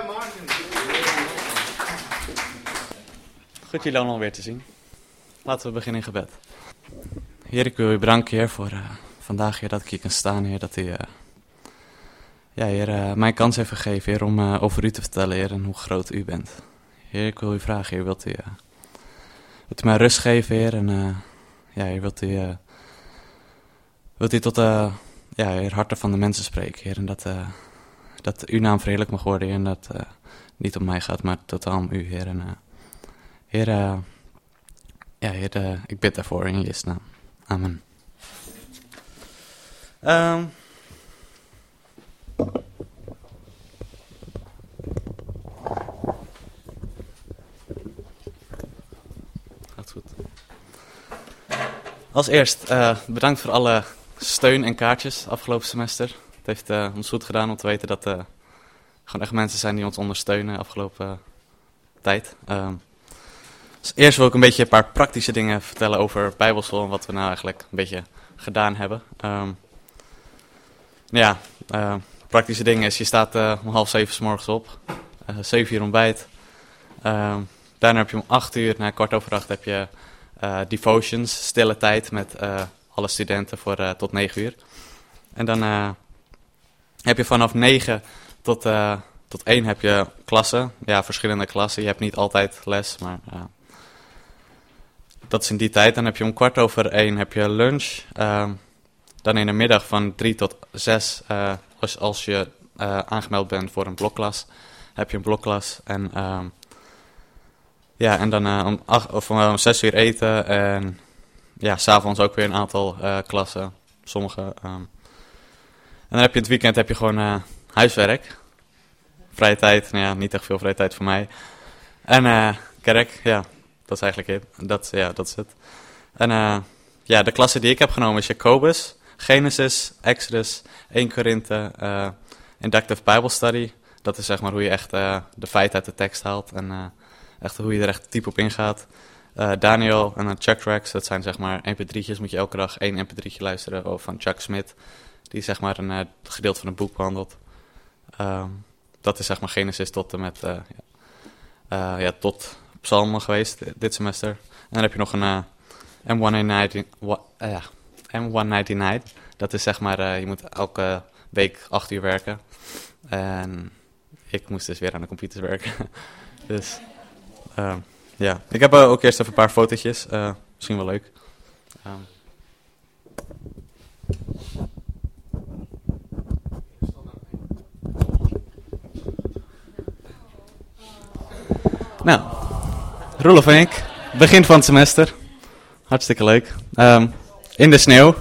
Goed jullie allemaal weer te zien. Laten we beginnen in gebed. Heer, ik wil u bedanken, Heer, voor vandaag, Heer, dat ik hier kan staan, Heer, dat u Heer, mij kans heeft gegeven, Heer, om over u te vertellen, Heer, en hoe groot u bent. Heer, ik wil u vragen, Heer, wilt u mij rust geven, Heer, en Heer, wilt u tot Heer, harten van de mensen spreken, Heer, en dat uw naam verheerlijk mag worden, Heer, en dat niet om mij gaat, maar totaal om u, Heer, en Heer, ik bid daarvoor in Jezus' naam. Amen. Gaat goed. Als eerst bedankt voor alle steun en kaartjes afgelopen semester. Het heeft ons goed gedaan om te weten dat er gewoon echt mensen zijn die ons ondersteunen afgelopen tijd. Dus eerst wil ik een beetje een paar praktische dingen vertellen over Bijbelschool en wat we nou eigenlijk een beetje gedaan hebben. Praktische dingen is, je staat om 6:30 's morgens op, 7 uur ontbijt. Daarna heb je om 8 uur, na 7:15 heb je devotions, stille tijd met alle studenten voor tot 9 uur. En dan heb je vanaf 9 tot 1 heb je klassen, verschillende klassen. Je hebt niet altijd les, maar dat is in die tijd. Dan heb je om 1:15 heb je lunch. Dan in de middag van 3 tot 6, als je aangemeld bent voor een blokklas, heb je een blokklas. En dan om 6 uur eten. En 's'avonds ook weer een aantal klassen. Sommige. En dan heb je het weekend heb je gewoon huiswerk. Vrije tijd, niet echt veel vrije tijd voor mij. En kerk, dat is eigenlijk het. Dat is het. En de klasse die ik heb genomen is Jacobus, Genesis, Exodus, 1 Korinthe, Inductive Bible Study. Dat is zeg maar hoe je echt de feiten uit de tekst haalt en echt hoe je er echt diep op ingaat. Daniel en dan Chuck Tracks, dat zijn zeg maar mp3'tjes, moet je elke dag 1 mp3'tje luisteren van Chuck Smith. Die zeg maar een gedeelte van een boek behandelt. Dat is zeg maar Genesis tot en met tot Psalmen geweest dit semester. En dan heb je nog een M199. Dat is zeg maar, je moet elke week 8 uur werken. En ik moest dus weer aan de computers werken. Dus ik heb ook eerst even een paar fotootjes. Misschien wel leuk. Nou, Roelof en ik, begin van het semester. Hartstikke leuk. In de sneeuw.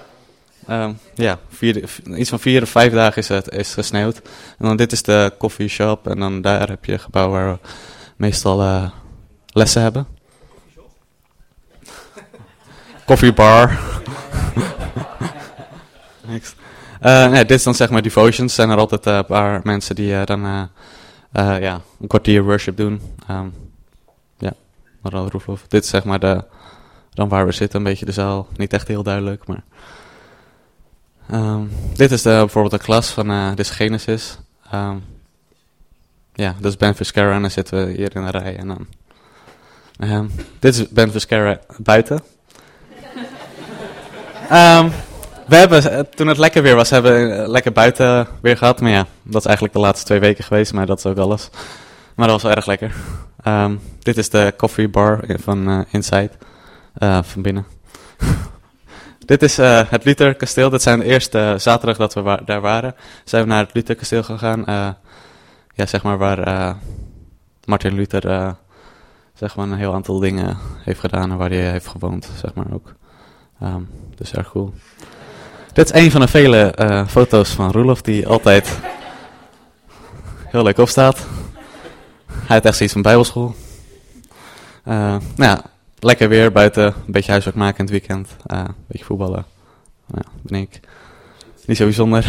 Iets van 4 of 5 dagen is gesneeuwd. En dan dit is de coffeeshop. En dan daar heb je een gebouw waar we meestal lessen hebben. Koffiebar. Dit is dan zeg maar devotions. Zijn er altijd een paar mensen die dan een kwartier worship doen. Dit is zeg maar dan waar we zitten, een beetje de zaal. Niet echt heel duidelijk, maar... dit is bijvoorbeeld een klas van dit is Genesis. Dat is Ben Viscara en dan zitten we hier in de rij. En dan, dit is Ben Viscara buiten. We hebben, toen het lekker weer was, hebben we lekker buiten weer gehad. Maar dat is eigenlijk de laatste 2 weken geweest, maar dat is ook alles. Maar dat was wel erg lekker. Dit is de coffee bar van Inside, van binnen. Dit is het Luther Kasteel. Dit zijn de eerste zaterdag dat we daar waren. Zijn we naar het Luther Kasteel gegaan. Zeg maar waar Martin Luther zeg maar een heel aantal dingen heeft gedaan en waar hij heeft gewoond, zeg maar ook. Dus erg cool. Dit is een van de vele foto's van Roelof die altijd heel leuk opstaat. Hij heeft echt zoiets van bijbelschool. Lekker weer buiten, een beetje huiswerk maken in het weekend. Een beetje voetballen. Ben ik. Niet zo bijzonder.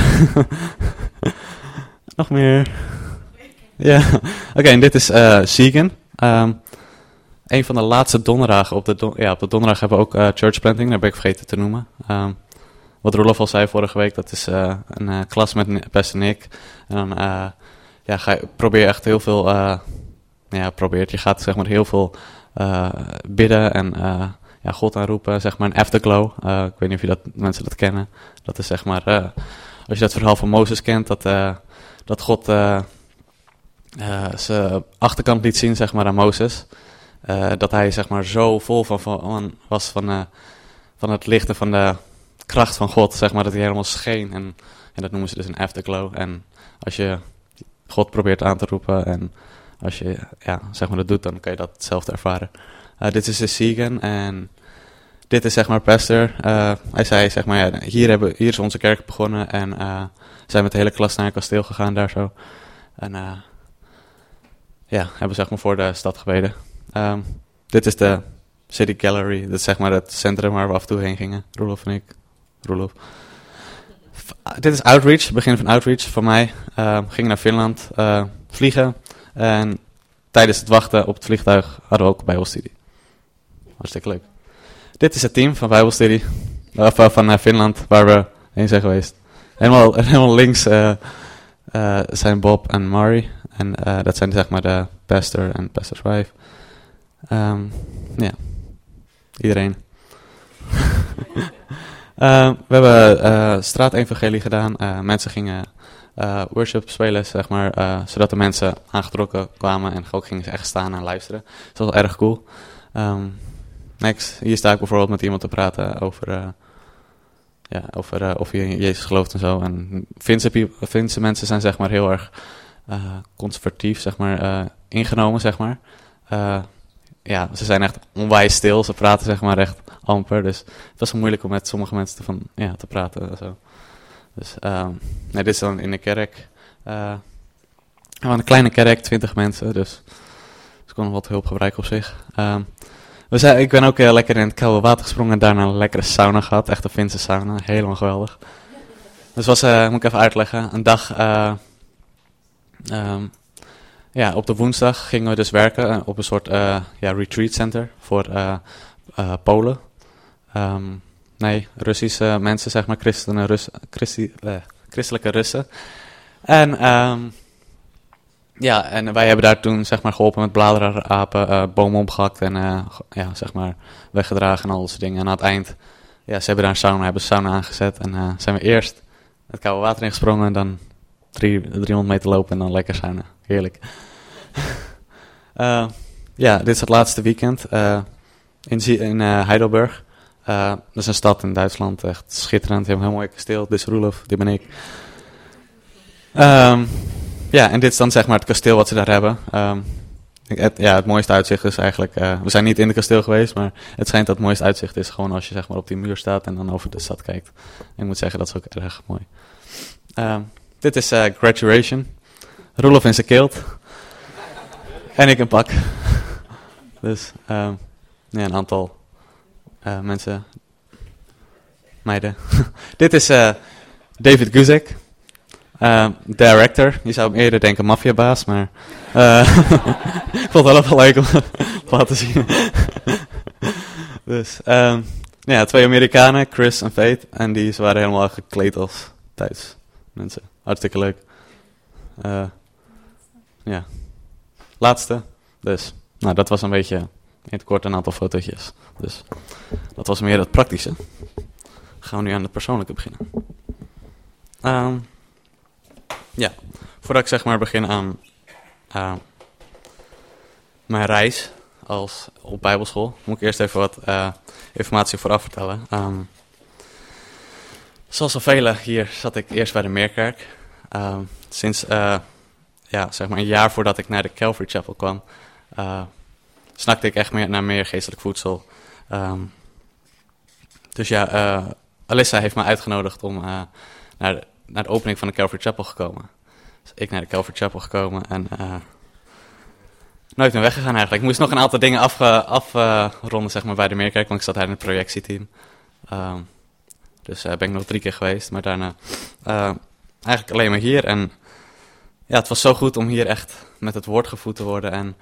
Nog meer. Ja. Oké, en dit is Ziegen. Een van de laatste donderdagen. Op de donderdag hebben we ook church planting. Dat ben ik vergeten te noemen. Wat Roelof al zei vorige week. Dat is een klas met Best en ik. En dan probeer je echt heel veel, je gaat zeg maar heel veel bidden en God aanroepen, zeg maar een afterglow. Ik weet niet of mensen dat kennen. Dat is zeg maar, als je dat verhaal van Mozes kent, dat God zijn achterkant liet zien, zeg maar, aan Mozes. Dat hij zeg maar zo vol was van het licht en van de kracht van God, zeg maar, dat hij helemaal scheen. En dat noemen ze dus een afterglow. En als je God probeert aan te roepen en als je zeg maar dat doet, dan kan je dat hetzelfde ervaren. Dit is de Segan en dit is zeg maar pastor. Hij zei zeg maar, hier is onze kerk begonnen en zijn met de hele klas naar een kasteel gegaan daar zo. En hebben zeg maar voor de stad gebeden. Dit is de City Gallery, dat is zeg maar het centrum waar we af en toe heen gingen. Roelof en ik. Dit is Outreach, het begin van Outreach van mij. Gingen naar Finland vliegen en tijdens het wachten op het vliegtuig hadden we ook Bijbelstudie. Hartstikke leuk. Dit is het team van Bijbelstudie, van Finland, waar we heen zijn geweest. Helemaal links zijn Bob en Mari. En dat zijn zeg maar de pastor en pastor's wife. Iedereen. We hebben straatevangelie gedaan. Mensen gingen worship spelen, zeg maar, zodat de mensen aangetrokken kwamen en ook gingen ze echt staan en luisteren. Dat was wel erg cool. Next, hier sta ik bijvoorbeeld met iemand te praten over of je in Jezus gelooft en zo. En Finse mensen zijn zeg maar heel erg conservatief, zeg maar, ingenomen, zeg maar. Ze zijn echt onwijs stil. Ze praten zeg maar echt amper. Dus het was wel moeilijk om met sommige mensen te praten. En zo. Dus dit is dan in de kerk. Een kleine kerk, 20 mensen. Dus ik kon nog wat hulp gebruiken op zich. Ik ben ook lekker in het koude water gesprongen en daarna een lekkere sauna gehad. Echt een Finse sauna. Helemaal geweldig. Dus moet ik even uitleggen. Een dag... op de woensdag gingen we dus werken op een soort retreat center voor Polen. Russische mensen, zeg maar, christelijke Russen. En wij hebben daar toen zeg maar geholpen met bladerapen, bomen opgehakt en zeg maar weggedragen en al dat soort dingen. En aan het eind, ze hebben daar een sauna aangezet en zijn we eerst het koude water ingesprongen en dan 300 meter lopen en dan lekker sauna. Heerlijk. Dit is het laatste weekend in Heidelberg. Dat is een stad in Duitsland, echt schitterend. Je hebt een heel mooi kasteel. Dit is Roelof, dit ben ik. En dit is dan zeg maar het kasteel wat ze daar hebben. Het mooiste uitzicht is eigenlijk... we zijn niet in het kasteel geweest, maar het schijnt dat het mooiste uitzicht is gewoon als je zeg maar op die muur staat en dan over de stad kijkt. En ik moet zeggen, dat is ook erg mooi. Dit is graduation. Roelof in zijn kilt. En ik een pak. Dus een aantal mensen, meiden. Dit is David Guzek, director. Je zou hem eerder denken maffiabaas, maar ik vond het wel leuk om te laten zien. Dus 2 Amerikanen, Chris en Faith. En die waren helemaal gekleed als Duits mensen. Hartstikke leuk. Laatste. Dus, dat was een beetje in het kort een aantal fotootjes. Dus, dat was meer het praktische. Gaan we nu aan het persoonlijke beginnen. Voordat ik zeg maar begin aan mijn reis op bijbelschool, moet ik eerst even wat informatie vooraf vertellen. Zoals al velen hier zat ik eerst bij de Meerkerk. Sinds zeg maar een jaar voordat ik naar de Calvary Chapel kwam, snakte ik echt naar meer geestelijk voedsel. Alissa heeft me uitgenodigd om naar de opening van de Calvary Chapel gekomen. Dus ik naar de Calvary Chapel gekomen en nooit meer weggegaan eigenlijk. Ik moest nog een aantal dingen afronden zeg maar, bij de Meerkerk, want ik zat daar in het projectieteam. Dus ben ik nog 3 keer geweest, maar daarna eigenlijk alleen maar hier. En het was zo goed om hier echt met het woord gevoed te worden en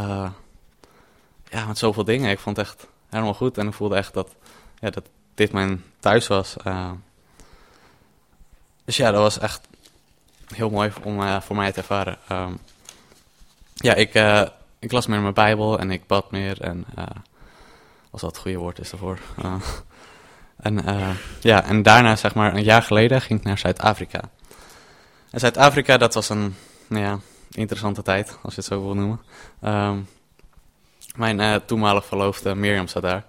met zoveel dingen. Ik vond het echt helemaal goed en ik voelde echt dat dit mijn thuis was. Dus dat was echt heel mooi om voor mij te ervaren. Ja, ik las meer mijn Bijbel en ik bad meer. En als dat het goede woord is daarvoor. En daarna, zeg maar, een jaar geleden ging ik naar Zuid-Afrika. En Zuid-Afrika, dat was een interessante tijd, als je het zo wil noemen. Mijn toenmalig verloofde Mirjam zat daar.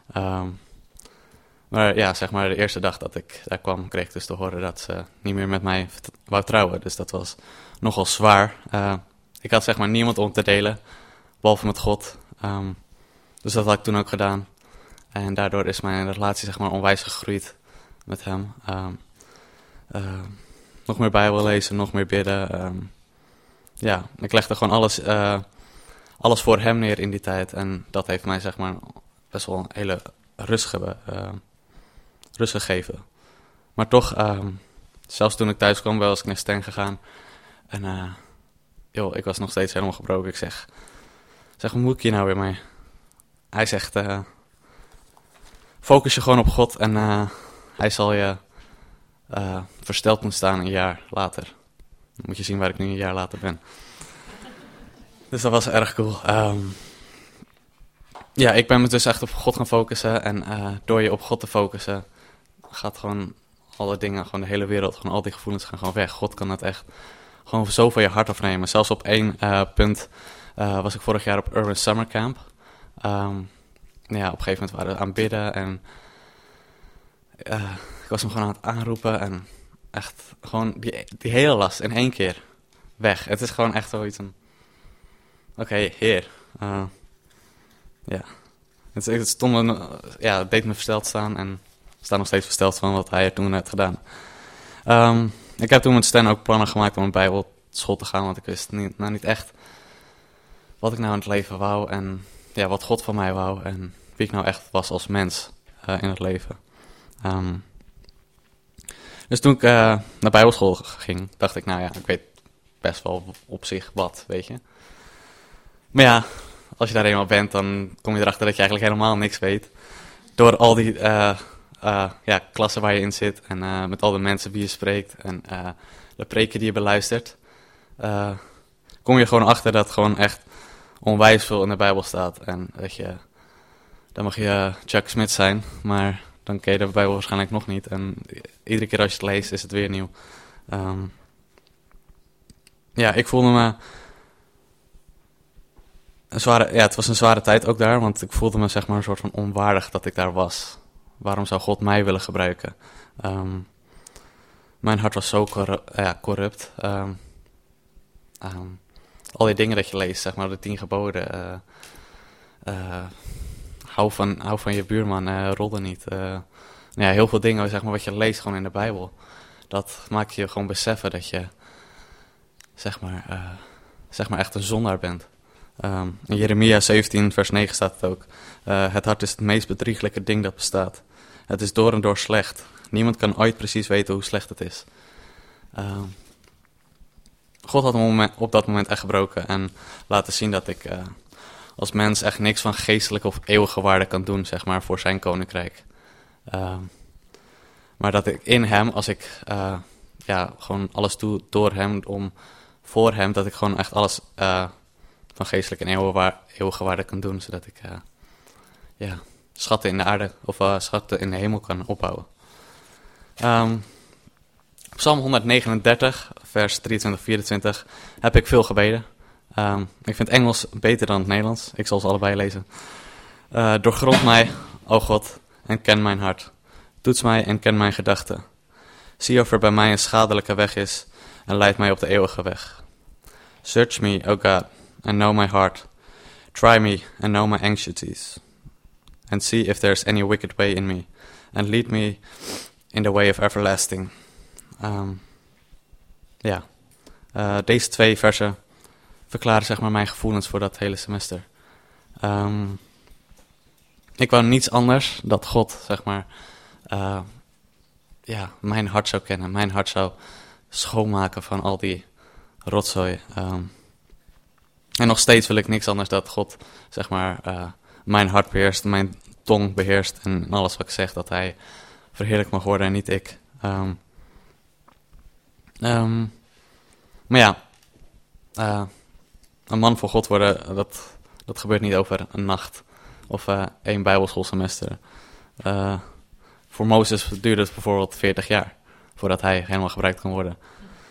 Maar ja, zeg maar, de eerste dag dat ik daar kwam, kreeg ik dus te horen dat ze niet meer met mij wou trouwen. Dus dat was nogal zwaar. Ik had zeg maar niemand om te delen, behalve met God. Dus dat had ik toen ook gedaan. En daardoor is mijn relatie zeg maar onwijs gegroeid met hem. Nog meer Bijbel lezen, nog meer bidden. Ja, ik legde gewoon alles voor hem neer in die tijd. En dat heeft mij zeg maar best wel een hele rust gegeven. Maar toch, zelfs toen ik thuis kwam, was ik naar Stijn gegaan. En ik was nog steeds helemaal gebroken. Ik zeg, hoe moet ik hier nou weer mee? Hij zegt, focus je gewoon op God en hij zal je versteld moeten staan een jaar later. Dan moet je zien waar ik nu een jaar later ben. Dus dat was erg cool. Ja, ik ben me dus echt op God gaan focussen. En door je op God te focussen, gaat gewoon alle dingen, gewoon de hele wereld, gewoon al die gevoelens gaan gewoon weg. God kan het echt gewoon zo van je hart afnemen. Zelfs op één punt was ik vorig jaar op Urban Summer Camp. Ja, op een gegeven moment waren we aan het bidden en ik was hem gewoon aan het aanroepen en echt gewoon die hele last in één keer weg. Het is gewoon echt zoiets van, oké, Heer. Ja, het deed me versteld staan en ik sta nog steeds versteld van wat hij er toen had gedaan. Ik heb toen met Stan ook plannen gemaakt om een bijbelschool te gaan, want ik wist niet echt wat ik nou in het leven wou en ja, wat God van mij wou en wie ik nou echt was als mens in het leven. Dus toen ik naar bijbelschool ging, dacht ik, nou ja, ik weet best wel op zich wat, weet je. Maar ja, als je daar eenmaal bent, dan kom je erachter dat je eigenlijk helemaal niks weet. Door al die klassen waar je in zit en met al de mensen die je spreekt en de preken die je beluistert, kom je gewoon achter dat gewoon echt onwijs veel in de Bijbel staat. En dat dan mag je Chuck Smith zijn, maar dan ken je de Bijbel waarschijnlijk nog niet. En iedere keer als je het leest, is het weer nieuw. Ik voelde me het was een zware tijd ook daar, want ik voelde me zeg maar een soort van onwaardig dat ik daar was. Waarom zou God mij willen gebruiken? Mijn hart was zo corrupt. Al die dingen dat je leest, zeg maar, de 10 geboden. Hou van je buurman, rodde niet. Heel veel dingen zeg maar, wat je leest gewoon in de Bijbel. Dat maakt je gewoon beseffen dat je zeg maar echt een zondaar bent. In Jeremia 17 vers 9 staat het ook. Het hart is het meest bedrieglijke ding dat bestaat. Het is door en door slecht. Niemand kan ooit precies weten hoe slecht het is. God had me op dat moment echt gebroken en laten zien dat ik als mens echt niks van geestelijke of eeuwige waarde kan doen, zeg maar, voor zijn koninkrijk. Maar dat ik in hem, als ik gewoon alles doe door hem, voor hem, dat ik gewoon echt alles van geestelijke en eeuwige waarde kan doen, zodat ik schatten in de aarde of schatten in de hemel kan opbouwen. Psalm 139, vers 23-24 heb ik veel gebeden. Ik vind Engels beter dan het Nederlands. Ik zal ze allebei lezen. Doorgrond mij, o God, en ken mijn hart. Toets mij en ken mijn gedachten. Zie of er bij mij een schadelijke weg is en leid mij op de eeuwige weg. Search me, O God, and know my heart. Try me and know my anxieties. And see if there is any wicked way in me. And lead me in the way of everlasting. Deze 2 versen verklaren zeg maar mijn gevoelens voor dat hele semester. Ik wou niets anders dat God zeg maar mijn hart zou kennen. Mijn hart zou schoonmaken van al die rotzooi. En nog steeds wil ik niks anders dat God zeg maar mijn hart beheerst, mijn tong beheerst en alles wat ik zeg, dat hij verheerlijk mag worden en niet ik. Maar ja, een man voor God worden, dat gebeurt niet over een nacht of 1 bijbelschoolsemester. Voor Mozes duurde het bijvoorbeeld 40 jaar voordat hij helemaal gebruikt kan worden.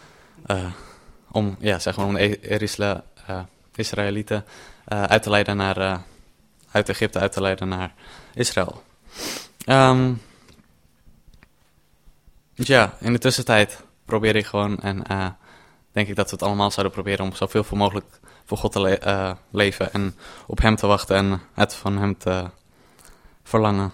Om de Israëlieten uit te leiden uit Egypte uit te leiden naar Israël. Dus ja, in de tussentijd probeer ik gewoon en denk ik dat we het allemaal zouden proberen om zoveel mogelijk voor God te leven en op hem te wachten en het van hem te verlangen.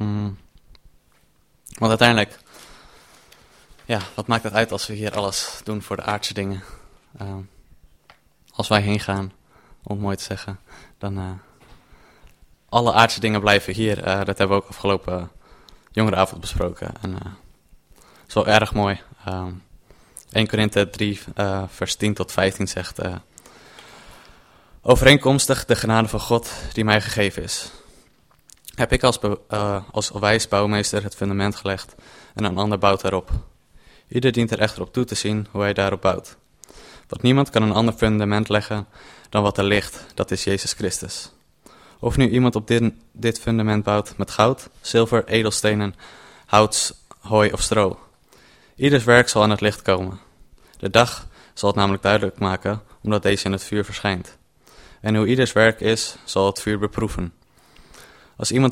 Want uiteindelijk, ja, wat maakt het uit als we hier alles doen voor de aardse dingen? Als wij heen gaan, om het mooi te zeggen, dan alle aardse dingen blijven hier. Dat hebben we ook afgelopen jongerenavond besproken. En dat is wel erg mooi. 1 Korinthe 3 vers 10 tot 15 zegt: overeenkomstig de genade van God die mij gegeven is, heb ik als wijs bouwmeester het fundament gelegd en een ander bouwt daarop. Ieder dient er echter op toe te zien hoe hij daarop bouwt. Want niemand kan een ander fundament leggen dan wat er ligt, dat is Jezus Christus. Of nu iemand op dit fundament bouwt met goud, zilver, edelstenen, hout, hooi of stro. Ieders werk zal aan het licht komen. De dag zal het namelijk duidelijk maken, omdat deze in het vuur verschijnt. En hoe ieders werk is, zal het vuur beproeven. Als iemand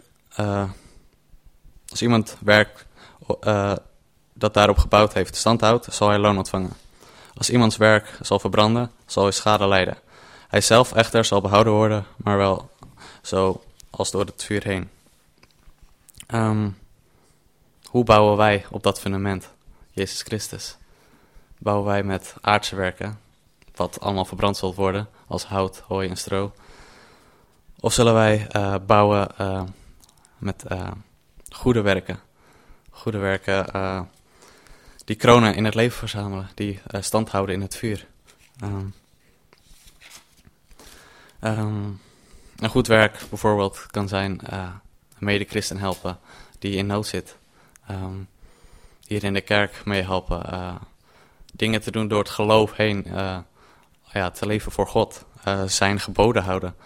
werk dat daarop gebouwd heeft standhoudt, zal hij loon ontvangen. Als iemands werk zal verbranden, zal hij schade lijden. Hij zelf echter zal behouden worden, maar wel zo als door het vuur heen. Hoe bouwen wij op dat fundament? Jezus Christus. Bouwen wij met aardse werken, wat allemaal verbrand zal worden, als hout, hooi en stro? Of zullen wij bouwen met goede werken? Goede werken die kronen in het leven verzamelen, die stand houden in het vuur. Een goed werk bijvoorbeeld kan zijn een medechristen helpen die in nood zit. Hier in de kerk mee helpen. Dingen te doen door het geloof heen. Te leven voor God. Zijn geboden houden.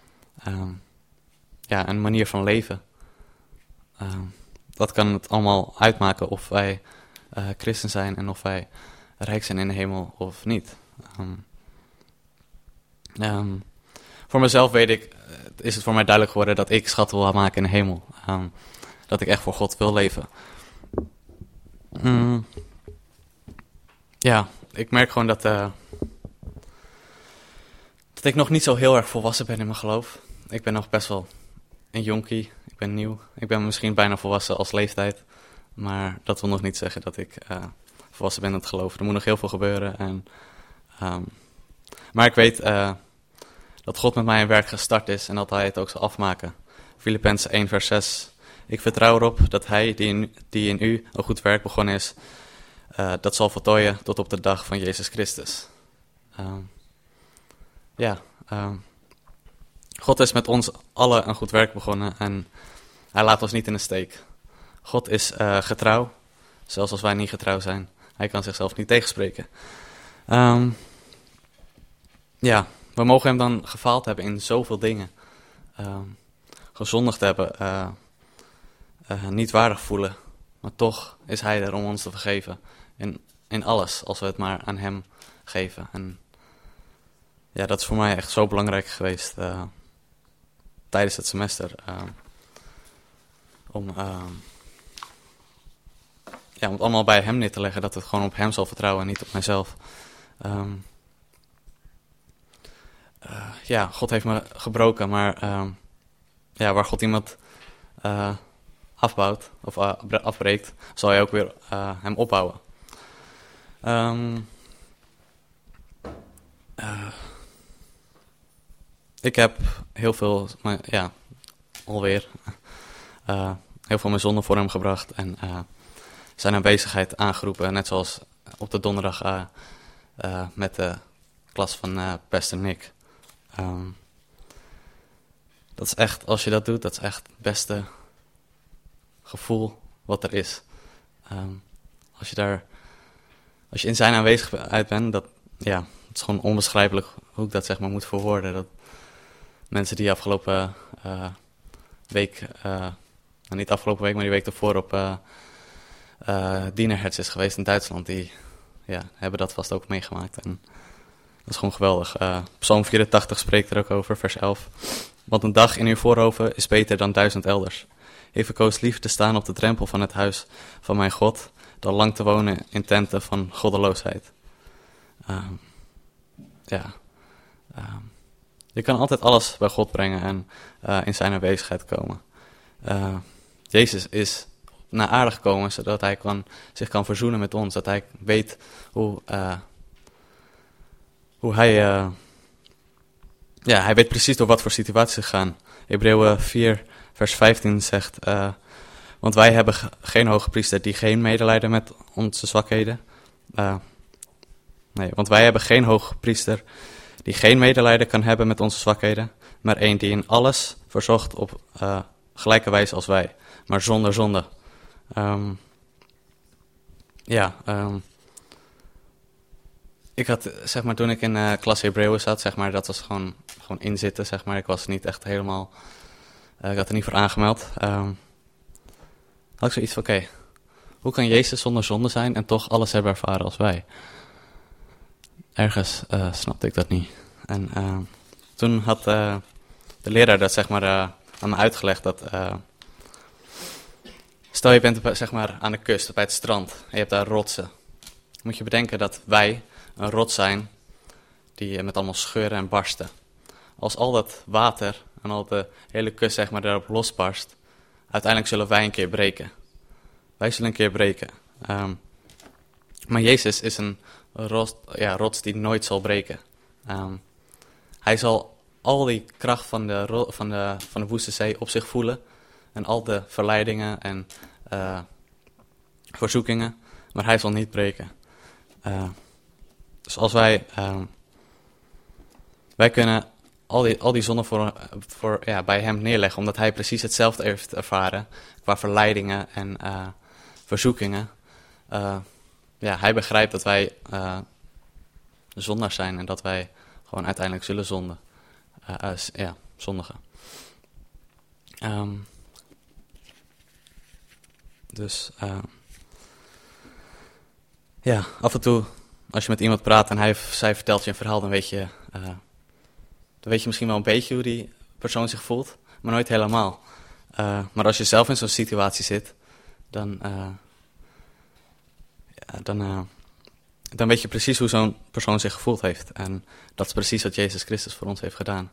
Een manier van leven. Dat kan het allemaal uitmaken of wij christen zijn en of wij rijk zijn in de hemel of niet. Voor mezelf is het voor mij duidelijk geworden dat ik schatten wil maken in de hemel. Dat ik echt voor God wil leven. Ik merk gewoon dat ik nog niet zo heel erg volwassen ben in mijn geloof. Ik ben nog best wel een jonkie. Ik ben nieuw. Ik ben misschien bijna volwassen als leeftijd. Maar dat wil nog niet zeggen dat ik volwassen ben in het geloof. Er moet nog heel veel gebeuren. Maar ik weet dat God met mij een werk gestart is en dat hij het ook zal afmaken. Filippenzen 1 vers 6. Ik vertrouw erop dat hij die in u een goed werk begonnen is, dat zal voltooien tot op de dag van Jezus Christus. God is met ons allen een goed werk begonnen en hij laat ons niet in de steek. God is getrouw, zelfs als wij niet getrouw zijn. Hij kan zichzelf niet tegenspreken. We mogen hem dan gefaald hebben in zoveel dingen. Gezondigd hebben, niet waardig voelen. Maar toch is hij er om ons te vergeven. In alles, als we het maar aan hem geven. En dat is voor mij echt zo belangrijk geweest tijdens het semester. Om het allemaal bij hem neer te leggen. Dat het gewoon op hem zal vertrouwen en niet op mijzelf. God heeft me gebroken, maar waar God iemand afbouwt of afbreekt, zal hij ook weer hem opbouwen. Ik heb heel veel, alweer heel veel mijn zonden voor hem gebracht en zijn aanwezigheid aangeroepen, net zoals op de donderdag met de klas van Pastor Nick. Dat is echt, als je dat doet, dat is echt het beste gevoel wat er is. Als je in zijn aanwezigheid bent, ja, het is gewoon onbeschrijpelijk hoe ik dat zeg maar moet verwoorden. Dat mensen die afgelopen week, nou niet afgelopen week, maar die week ervoor op Dienerherz is geweest in Duitsland, die hebben dat vast ook meegemaakt. En dat is gewoon geweldig. Psalm 84 spreekt er ook over, vers 11. Want een dag in uw voorhoven is beter dan 1000 elders. Ik verkoos liever te staan op de drempel van het huis van mijn God, dan lang te wonen in tenten van goddeloosheid. Je kan altijd alles bij God brengen en in zijn aanwezigheid komen. Jezus is naar aarde gekomen zodat hij zich kan verzoenen met ons. Dat hij weet hoe hij... hij weet precies door wat voor situaties we gaan. Hebreeën 4 vers 15 zegt... want wij hebben geen hoge priester die geen medelijden met onze zwakheden... want wij hebben geen hoge priester die geen medelijden kan hebben met onze zwakheden... maar één die in alles verzocht op gelijke wijze als wij, maar zonder zonde. Ik had, zeg maar, toen ik in klas Hebreeën zat, zeg maar, dat was gewoon inzitten, zeg maar. Ik was niet echt helemaal, ik had er niet voor aangemeld. Had ik zoiets van, oké, hoe kan Jezus zonder zonde zijn en toch alles hebben ervaren als wij? Ergens snapte ik dat niet. En toen had de leraar dat, zeg maar, aan me uitgelegd dat... stel je bent zeg maar, aan de kust, bij het strand, en je hebt daar rotsen. Moet je bedenken dat wij een rots zijn die met allemaal scheuren en barsten. Als al dat water en al de hele kust zeg maar, daarop losbarst, uiteindelijk zullen wij een keer breken. Wij zullen een keer breken. Maar Jezus is een rots die nooit zal breken. Hij zal al die kracht van de woeste zee op zich voelen. En al de verleidingen en verzoekingen. Maar hij zal niet breken. Dus als wij kunnen al die zonden bij hem neerleggen. Omdat hij precies hetzelfde heeft ervaren. Qua verleidingen en verzoekingen. Hij begrijpt dat wij zondaars zijn. En dat wij gewoon uiteindelijk zullen zondigen. Af en toe, als je met iemand praat en zij vertelt je een verhaal, dan weet je misschien wel een beetje hoe die persoon zich voelt, maar nooit helemaal. Maar als je zelf in zo'n situatie zit, dan weet je precies hoe zo'n persoon zich gevoeld heeft. En dat is precies wat Jezus Christus voor ons heeft gedaan.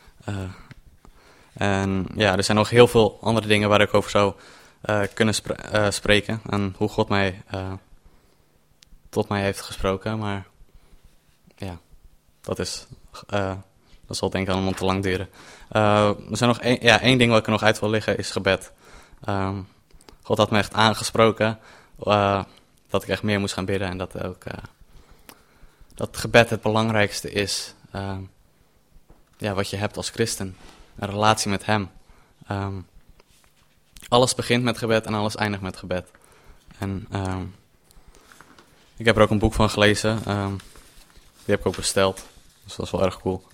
Er zijn nog heel veel andere dingen waar ik over zou kunnen spreken. En hoe God mij tot mij heeft gesproken. Maar ja, dat zal denk ik allemaal te lang duren. Er zijn nog één ding wat ik er nog uit wil liggen, is gebed. God had me echt aangesproken dat ik echt meer moest gaan bidden. En dat ook dat gebed het belangrijkste is wat je hebt als christen. Een relatie met hem. Alles begint met gebed en alles eindigt met gebed. En ik heb er ook een boek van gelezen. Die heb ik ook besteld. Dus dat is wel erg cool.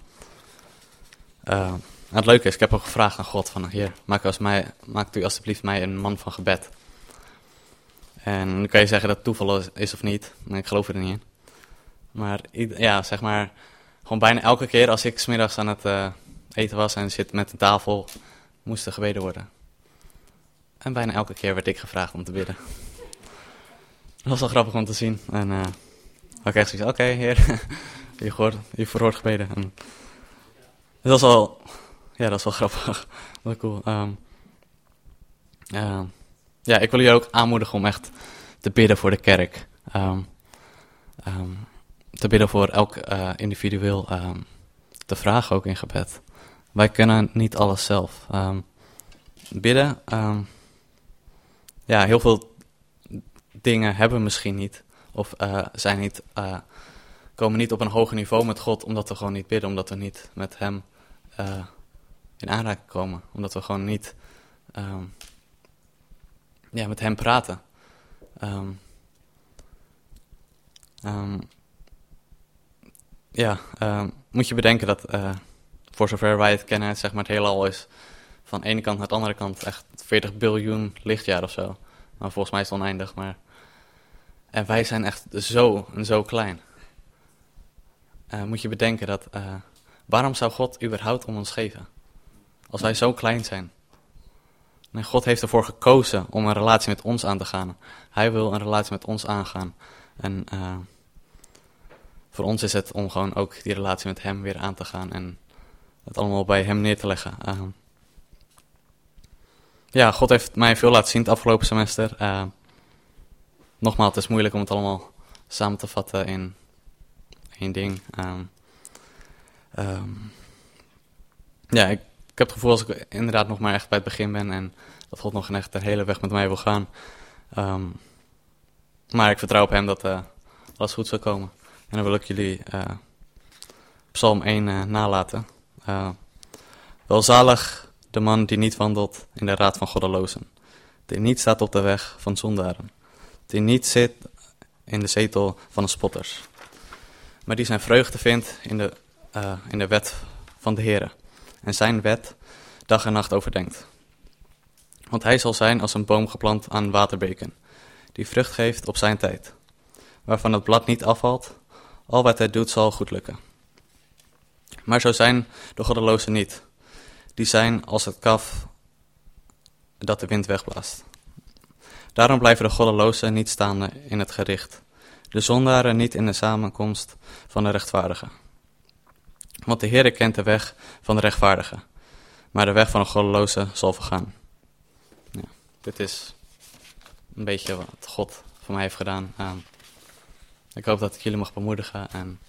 Het leuke is, ik heb ook gevraagd aan God van... Heer, maakt u alsjeblieft mij een man van gebed. En dan kan je zeggen dat het toeval is of niet. Ik geloof er niet in. Maar zeg maar... Gewoon bijna elke keer als ik 's middags aan het eten was en zit met de tafel... moest er gebeden worden. En bijna elke keer werd ik gevraagd om te bidden. Dat was wel grappig om te zien. En ik echt zoiets, oké, Heer, je verhoort gebeden. En dat is wel grappig. Wel cool. Ik wil jullie ook aanmoedigen om echt te bidden voor de kerk. Te bidden voor elk individueel. Te vragen ook in gebed. Wij kunnen niet alles zelf. Bidden. Heel veel dingen hebben we misschien niet. Of komen niet op een hoger niveau met God. Omdat we gewoon niet bidden. Omdat we niet met hem in aanraking komen. Omdat we gewoon niet met hem praten. moet je bedenken dat voor zover wij het kennen, zeg maar het heelal is van de ene kant naar de andere kant echt 40 biljoen lichtjaar of zo. Maar volgens mij is het oneindig, maar... En wij zijn echt zo klein. Moet je bedenken dat... waarom zou God überhaupt om ons geven? Als wij zo klein zijn. Nee, God heeft ervoor gekozen om een relatie met ons aan te gaan. Hij wil een relatie met ons aangaan. En voor ons is het om gewoon ook die relatie met hem weer aan te gaan. En het allemaal bij hem neer te leggen. God heeft mij veel laten zien het afgelopen semester. Nogmaals, het is moeilijk om het allemaal samen te vatten in één ding. Ik heb het gevoel als ik inderdaad nog maar echt bij het begin ben en dat God nog echt de hele weg met mij wil gaan. Maar ik vertrouw op hem dat alles goed zal komen. En dan wil ik jullie Psalm 1 nalaten. Welzalig de man die niet wandelt in de raad van goddelozen, die niet staat op de weg van zondaren, die niet zit in de zetel van de spotters, maar die zijn vreugde vindt in de wet van de Heere en zijn wet dag en nacht overdenkt. Want hij zal zijn als een boom geplant aan waterbeken, die vrucht geeft op zijn tijd, waarvan het blad niet afvalt, al wat hij doet zal goed lukken. Maar zo zijn de goddelozen niet. Die zijn als het kaf dat de wind wegblaast. Daarom blijven de goddelozen niet staande in het gericht, de zondaren niet in de samenkomst van de rechtvaardigen. Want de Heere kent de weg van de rechtvaardigen, maar de weg van de goddeloze zal vergaan. Ja, dit is een beetje wat God voor mij heeft gedaan. Ik hoop dat ik jullie mag bemoedigen en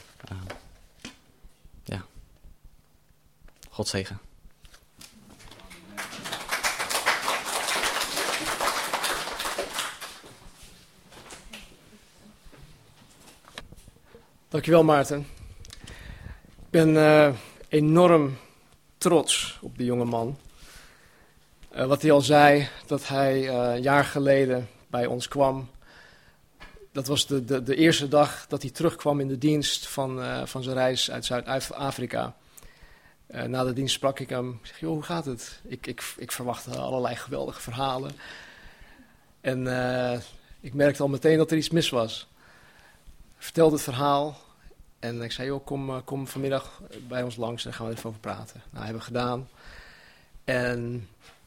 God zegen. Dankjewel, Maarten. Ik ben enorm trots op die jonge man. Wat hij al zei, dat hij een jaar geleden bij ons kwam. Dat was de eerste dag dat hij terugkwam in de dienst van zijn reis uit Zuid-Afrika. Na de dienst sprak ik hem. Ik zeg, joh, hoe gaat het? Ik verwachtte allerlei geweldige verhalen. En ik merkte al meteen dat er iets mis was. Hij vertelde het verhaal. En ik zei, joh, kom vanmiddag bij ons langs en daar gaan we even over praten. Nou, hebben we gedaan. En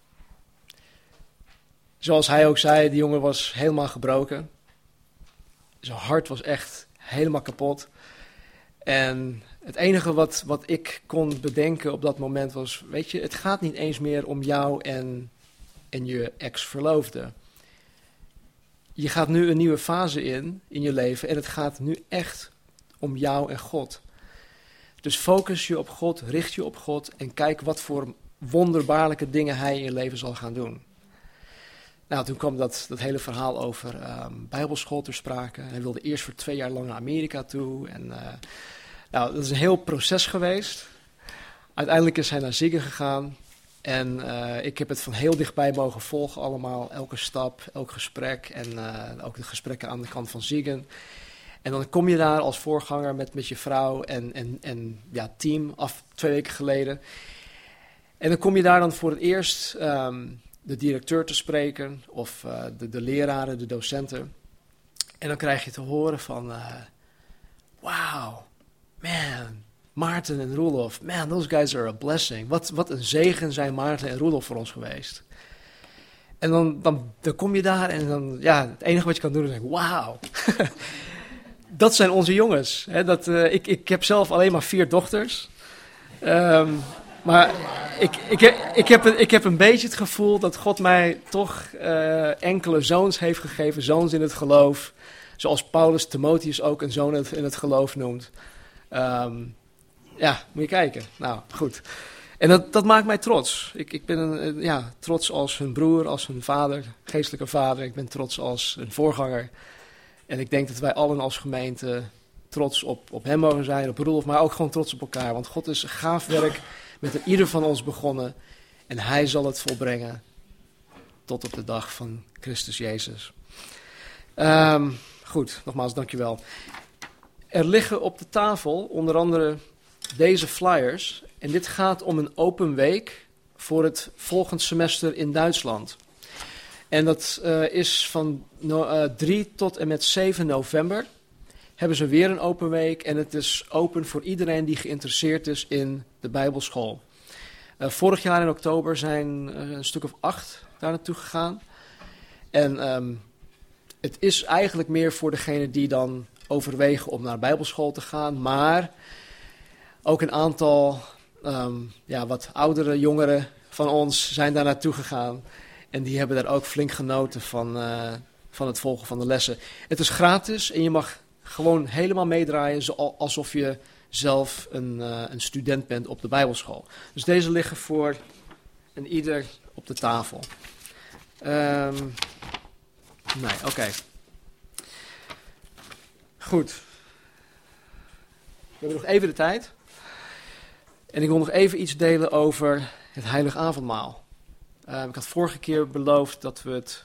zoals hij ook zei, die jongen was helemaal gebroken. Zijn hart was echt helemaal kapot. En het enige wat ik kon bedenken op dat moment was, weet je, het gaat niet eens meer om jou en je ex-verloofde. Je gaat nu een nieuwe fase in je leven en het gaat nu echt om jou en God. Dus focus je op God, richt je op God en kijk wat voor wonderbaarlijke dingen hij in je leven zal gaan doen. Nou, toen kwam dat hele verhaal over bijbelschool ter sprake. Hij wilde eerst voor 2 jaar lang naar Amerika toe. En dat is een heel proces geweest. Uiteindelijk is hij naar Ziegen gegaan. En ik heb het van heel dichtbij mogen volgen allemaal. Elke stap, elk gesprek. En ook de gesprekken aan de kant van Ziegen. En dan kom je daar als voorganger met je vrouw en team af 2 weken geleden. En dan kom je daar dan voor het eerst de directeur te spreken of de leraren, de docenten. En dan krijg je te horen van, wow, man, Maarten en Roelof, man, those guys are a blessing. Wat een zegen zijn Maarten en Roelof voor ons geweest. En dan kom je daar en dan, het enige wat je kan doen is zeggen, wauw. Dat zijn onze jongens. Hè? Ik heb zelf alleen maar 4 dochters. Maar ik heb een beetje het gevoel dat God mij toch enkele zoons heeft gegeven. Zoons in het geloof. Zoals Paulus Timotheus ook een zoon in het geloof noemt. Moet je kijken. Nou, goed. En dat maakt mij trots. Ik ben trots als hun broer, als hun vader, geestelijke vader. Ik ben trots als een voorganger. En ik denk dat wij allen als gemeente trots op hem mogen zijn, op Roelof, maar ook gewoon trots op elkaar. Want God is een gaaf werk met ieder van ons begonnen. En hij zal het volbrengen tot op de dag van Christus Jezus. Goed, nogmaals, dankjewel. Er liggen op de tafel onder andere deze flyers. En dit gaat om een open week voor het volgend semester in Duitsland. En dat is van 3 tot en met 7 november. Hebben ze weer een open week. En het is open voor iedereen die geïnteresseerd is in de Bijbelschool. Vorig jaar in oktober zijn een stuk of 8 daar naartoe gegaan. En het is eigenlijk meer voor degenen die dan overwegen om naar Bijbelschool te gaan. Maar ook een aantal wat oudere jongeren van ons zijn daar naartoe gegaan. En die hebben daar ook flink genoten van het volgen van de lessen. Het is gratis en je mag gewoon helemaal meedraaien alsof je zelf een student bent op de Bijbelschool. Dus deze liggen voor een ieder op de tafel. Oké. Goed. We hebben nog even de tijd. En ik wil nog even iets delen over het heilige avondmaal. Ik had vorige keer beloofd dat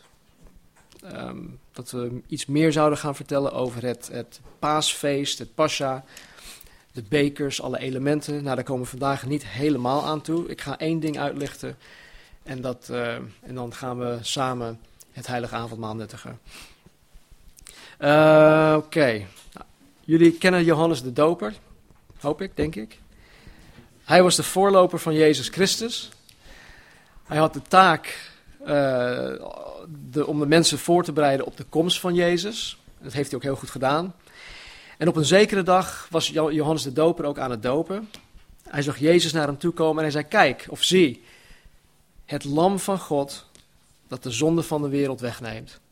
we iets meer zouden gaan vertellen over het paasfeest, het Pascha, de bekers, alle elementen. Nou, daar komen we vandaag niet helemaal aan toe. Ik ga 1 ding uitlichten en dan gaan we samen het heilige avondmaal nuttigen. Oké. Nou, jullie kennen Johannes de Doper, hoop ik, denk ik. Hij was de voorloper van Jezus Christus. Hij had de taak om de mensen voor te bereiden op de komst van Jezus. Dat heeft hij ook heel goed gedaan. En op een zekere dag was Johannes de Doper ook aan het dopen. Hij zag Jezus naar hem toe komen en hij zei: kijk, of zie, het lam van God dat de zonde van de wereld wegneemt.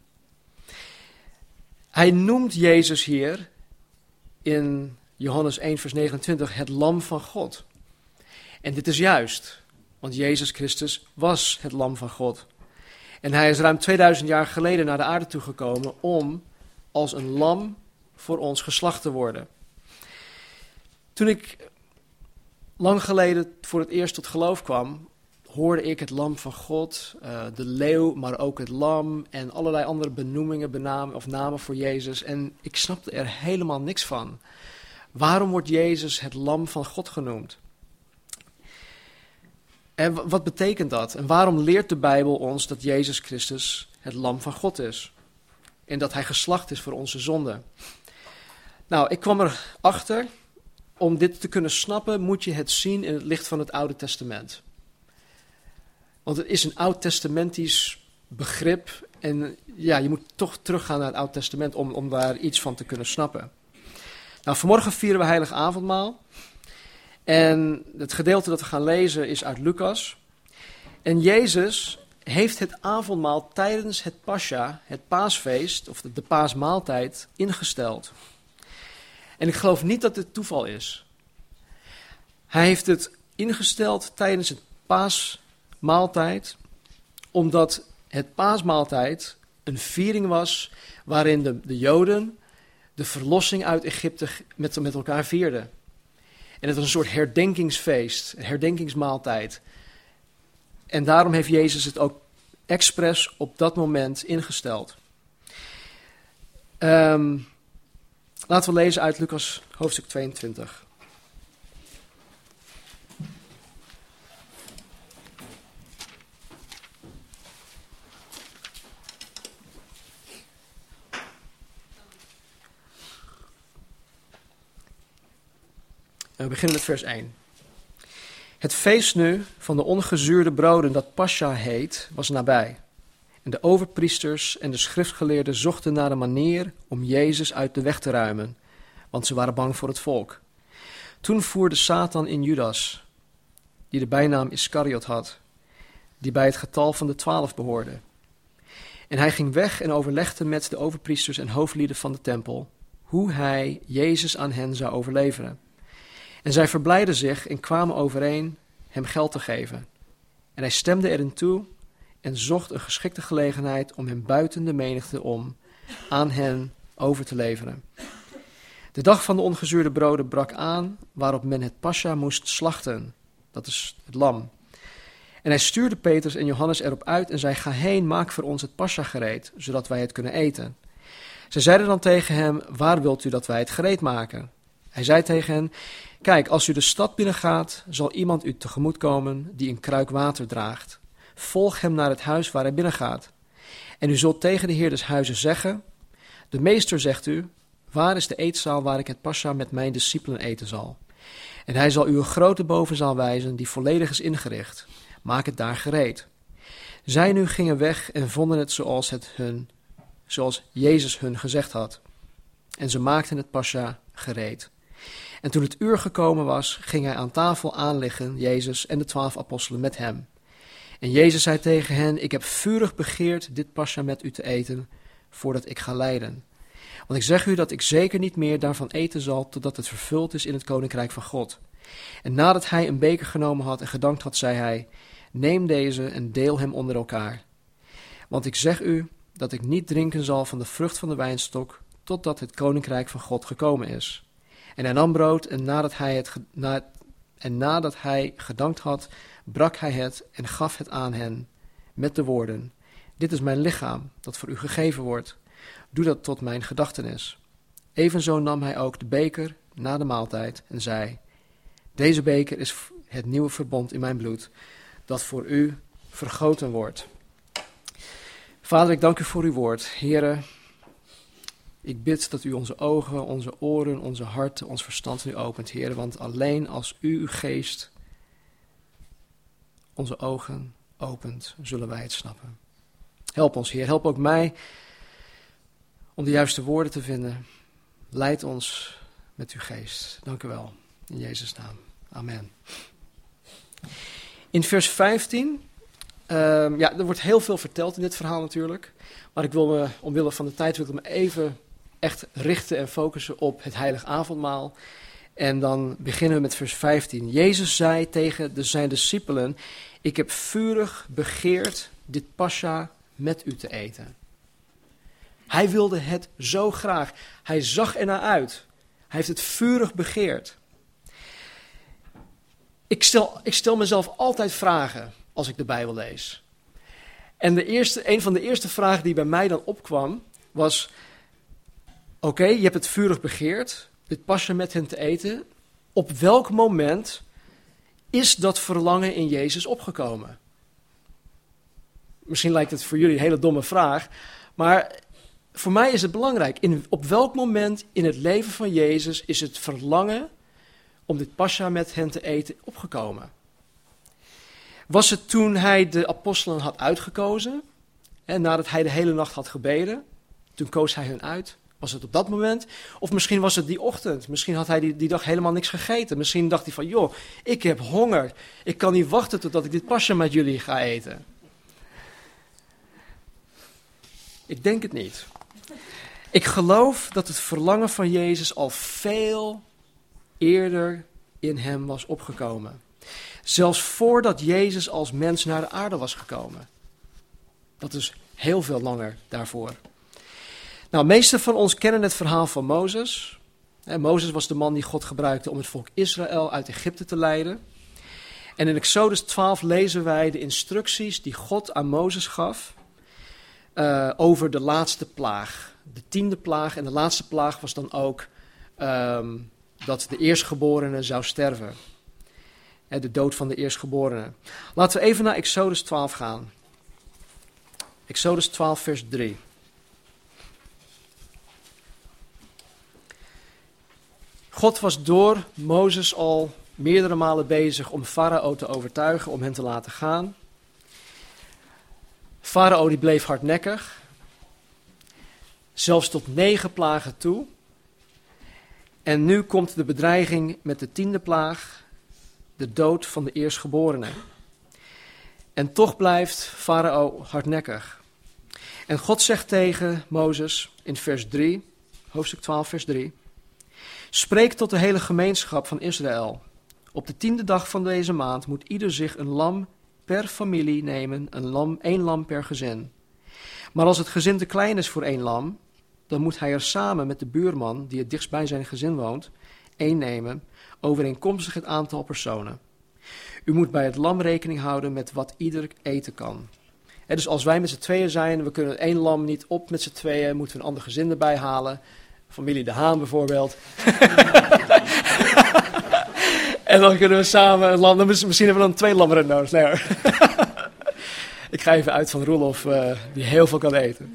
Hij noemt Jezus hier in Johannes 1 vers 29 het lam van God. En dit is juist, want Jezus Christus was het lam van God. En hij is ruim 2000 jaar geleden naar de aarde toegekomen om als een lam voor ons geslacht te worden. Toen ik lang geleden voor het eerst tot geloof kwam, hoorde ik het lam van God, de leeuw, maar ook het lam en allerlei andere benoemingen, namen voor Jezus. En ik snapte er helemaal niks van. Waarom wordt Jezus het lam van God genoemd? En wat betekent dat? En waarom leert de Bijbel ons dat Jezus Christus het lam van God is? En dat hij geslacht is voor onze zonden? Nou, ik kwam erachter, om dit te kunnen snappen, moet je het zien in het licht van het Oude Testament. Want het is een oud-testamentisch begrip en ja, je moet toch teruggaan naar het Oude Testament om daar iets van te kunnen snappen. Nou, vanmorgen vieren we Heilig Avondmaal. En het gedeelte dat we gaan lezen is uit Lucas. En Jezus heeft het avondmaal tijdens het Pascha, het paasfeest, of de paasmaaltijd, ingesteld. En ik geloof niet dat dit toeval is. Hij heeft het ingesteld tijdens het paasmaaltijd, omdat het paasmaaltijd een viering was waarin de Joden de verlossing uit Egypte met elkaar vierden. En het was een soort herdenkingsfeest, een herdenkingsmaaltijd. En daarom heeft Jezus het ook expres op dat moment ingesteld. Laten we lezen uit Lucas hoofdstuk 22. We beginnen met vers 1. Het feest nu van de ongezuurde broden dat Pascha heet, was nabij. En de overpriesters en de schriftgeleerden zochten naar een manier om Jezus uit de weg te ruimen, want ze waren bang voor het volk. Toen voerde Satan in Judas, die de bijnaam Iskariot had, die bij het getal van de 12 behoorde. En hij ging weg en overlegde met de overpriesters en hoofdlieden van de tempel, hoe hij Jezus aan hen zou overleveren. En zij verblijden zich en kwamen overeen hem geld te geven. En hij stemde erin toe en zocht een geschikte gelegenheid om hem buiten de menigte om aan hen over te leveren. De dag van de ongezuurde broden brak aan, waarop men het Pascha moest slachten. Dat is het lam. En hij stuurde Petrus en Johannes erop uit en zei: ga heen, maak voor ons het Pascha gereed, zodat wij het kunnen eten. Ze zeiden dan tegen hem, waar wilt u dat wij het gereed maken? Hij zei tegen hen, kijk, als u de stad binnengaat, zal iemand u tegemoet komen die een kruik water draagt. Volg hem naar het huis waar hij binnengaat. En u zult tegen de heer des huizes zeggen, de meester zegt u, waar is de eetzaal waar ik het pascha met mijn discipelen eten zal? En hij zal u een grote bovenzaal wijzen die volledig is ingericht. Maak het daar gereed. Zij nu gingen weg en vonden het zoals Jezus hun gezegd had. En ze maakten het pascha gereed. En toen het uur gekomen was, ging hij aan tafel aanliggen, Jezus en de 12 apostelen met hem. En Jezus zei tegen hen, ik heb vurig begeerd dit pascha met u te eten, voordat ik ga lijden. Want ik zeg u dat ik zeker niet meer daarvan eten zal, totdat het vervuld is in het koninkrijk van God. En nadat hij een beker genomen had en gedankt had, zei hij, neem deze en deel hem onder elkaar. Want ik zeg u dat ik niet drinken zal van de vrucht van de wijnstok, totdat het koninkrijk van God gekomen is. En hij nam brood en nadat hij gedankt had, brak hij het en gaf het aan hen met de woorden, dit is mijn lichaam dat voor u gegeven wordt. Doe dat tot mijn gedachtenis. Evenzo nam hij ook de beker na de maaltijd en zei, deze beker is het nieuwe verbond in mijn bloed, dat voor u vergoten wordt. Vader, ik dank u voor uw woord. Here, ik bid dat u onze ogen, onze oren, onze harten, ons verstand nu opent, Heer. Want alleen als u uw geest onze ogen opent, zullen wij het snappen. Help ons, Heer. Help ook mij om de juiste woorden te vinden. Leid ons met uw geest. Dank u wel. In Jezus' naam. Amen. In vers 15... er wordt heel veel verteld in dit verhaal natuurlijk. Maar ik wil me, omwille van de tijd, wil ik me even echt richten en focussen op het heilig avondmaal. En dan beginnen we met vers 15. Jezus zei tegen zijn discipelen, ik heb vurig begeerd dit pascha met u te eten. Hij wilde het zo graag. Hij zag ernaar uit. Hij heeft het vurig begeerd. Ik stel mezelf altijd vragen als ik de Bijbel lees. En een van de eerste vragen die bij mij dan opkwam was, oké, je hebt het vurig begeerd, dit pascha met hen te eten. Op welk moment is dat verlangen in Jezus opgekomen? Misschien lijkt het voor jullie een hele domme vraag, maar voor mij is het belangrijk. Op welk moment in het leven van Jezus is het verlangen om dit pascha met hen te eten opgekomen? Was het toen hij de apostelen had uitgekozen? En nadat hij de hele nacht had gebeden, toen koos hij hun uit. Was het op dat moment? Of misschien was het die ochtend. Misschien had hij die dag helemaal niks gegeten. Misschien dacht hij van, joh, ik heb honger. Ik kan niet wachten totdat ik dit pascha met jullie ga eten. Ik denk het niet. Ik geloof dat het verlangen van Jezus al veel eerder in hem was opgekomen. Zelfs voordat Jezus als mens naar de aarde was gekomen. Dat is heel veel langer daarvoor. Nou, de meesten van ons kennen het verhaal van Mozes. Mozes was de man die God gebruikte om het volk Israël uit Egypte te leiden. En in Exodus 12 lezen wij de instructies die God aan Mozes gaf over de laatste plaag. De 10e plaag en de laatste plaag was dan ook dat de eerstgeborene zou sterven. De dood van de eerstgeborene. Laten we even naar Exodus 12 gaan. Exodus 12 vers 3. God was door Mozes al meerdere malen bezig om Farao te overtuigen om hen te laten gaan. Farao die bleef hardnekkig. Zelfs tot 9 plagen toe. En nu komt de bedreiging met de 10e plaag. De dood van de eerstgeborene. En toch blijft Farao hardnekkig. En God zegt tegen Mozes in vers 3, hoofdstuk 12 vers 3. Spreek tot de hele gemeenschap van Israël. Op de 10e dag van deze maand moet ieder zich een lam per familie nemen, één lam per gezin. Maar als het gezin te klein is voor 1 lam, dan moet hij er samen met de buurman, die het dichtst bij zijn gezin woont, 1 nemen, overeenkomstig het aantal personen. U moet bij het lam rekening houden met wat ieder eten kan. Dus als wij met z'n tweeën zijn, we kunnen één lam niet op met z'n tweeën, moeten we een ander gezin erbij halen. Familie De Haan bijvoorbeeld. En dan kunnen we samen een lam, misschien hebben we dan 2 lammeren nodig. Nee, hoor. Ik ga even uit van Roelof, die heel veel kan eten.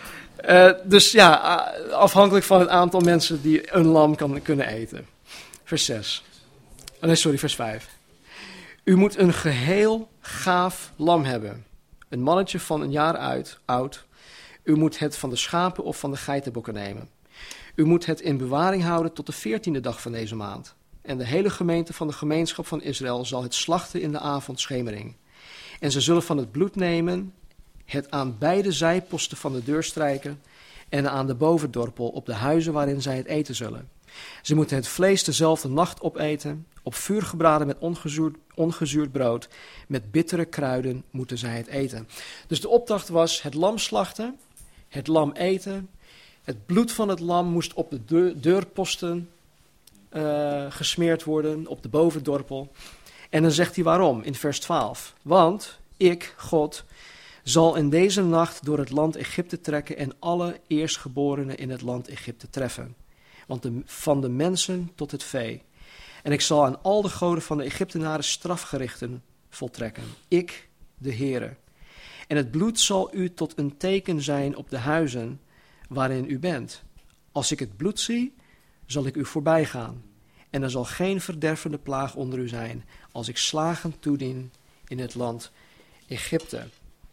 Dus ja, afhankelijk van het aantal mensen die een lam kunnen eten. Vers 6. Vers 5. U moet een geheel gaaf lam hebben. Een mannetje van een jaar oud. U moet het van de schapen of van de geitenbokken nemen. U moet het in bewaring houden tot de 14e dag van deze maand. En de hele gemeente van de gemeenschap van Israël zal het slachten in de avondschemering. En ze zullen van het bloed nemen, het aan beide zijposten van de deur strijken en aan de bovendorpel op de huizen waarin zij het eten zullen. Ze moeten het vlees dezelfde nacht opeten, op vuur gebraden met ongezuurd brood, met bittere kruiden moeten zij het eten. Dus de opdracht was het lam slachten, het lam eten, het bloed van het lam moest op de deurposten gesmeerd worden, op de bovendorpel. En dan zegt hij waarom, in vers 12. Want ik, God, zal in deze nacht door het land Egypte trekken en alle eerstgeborenen in het land Egypte treffen. Want van de mensen tot het vee. En ik zal aan al de goden van de Egyptenaren strafgerichten voltrekken. Ik, de Heere. En het bloed zal u tot een teken zijn op de huizen waarin u bent. Als ik het bloed zie, zal ik u voorbij gaan. En er zal geen verdervende plaag onder u zijn, als ik slagen toedien in het land Egypte.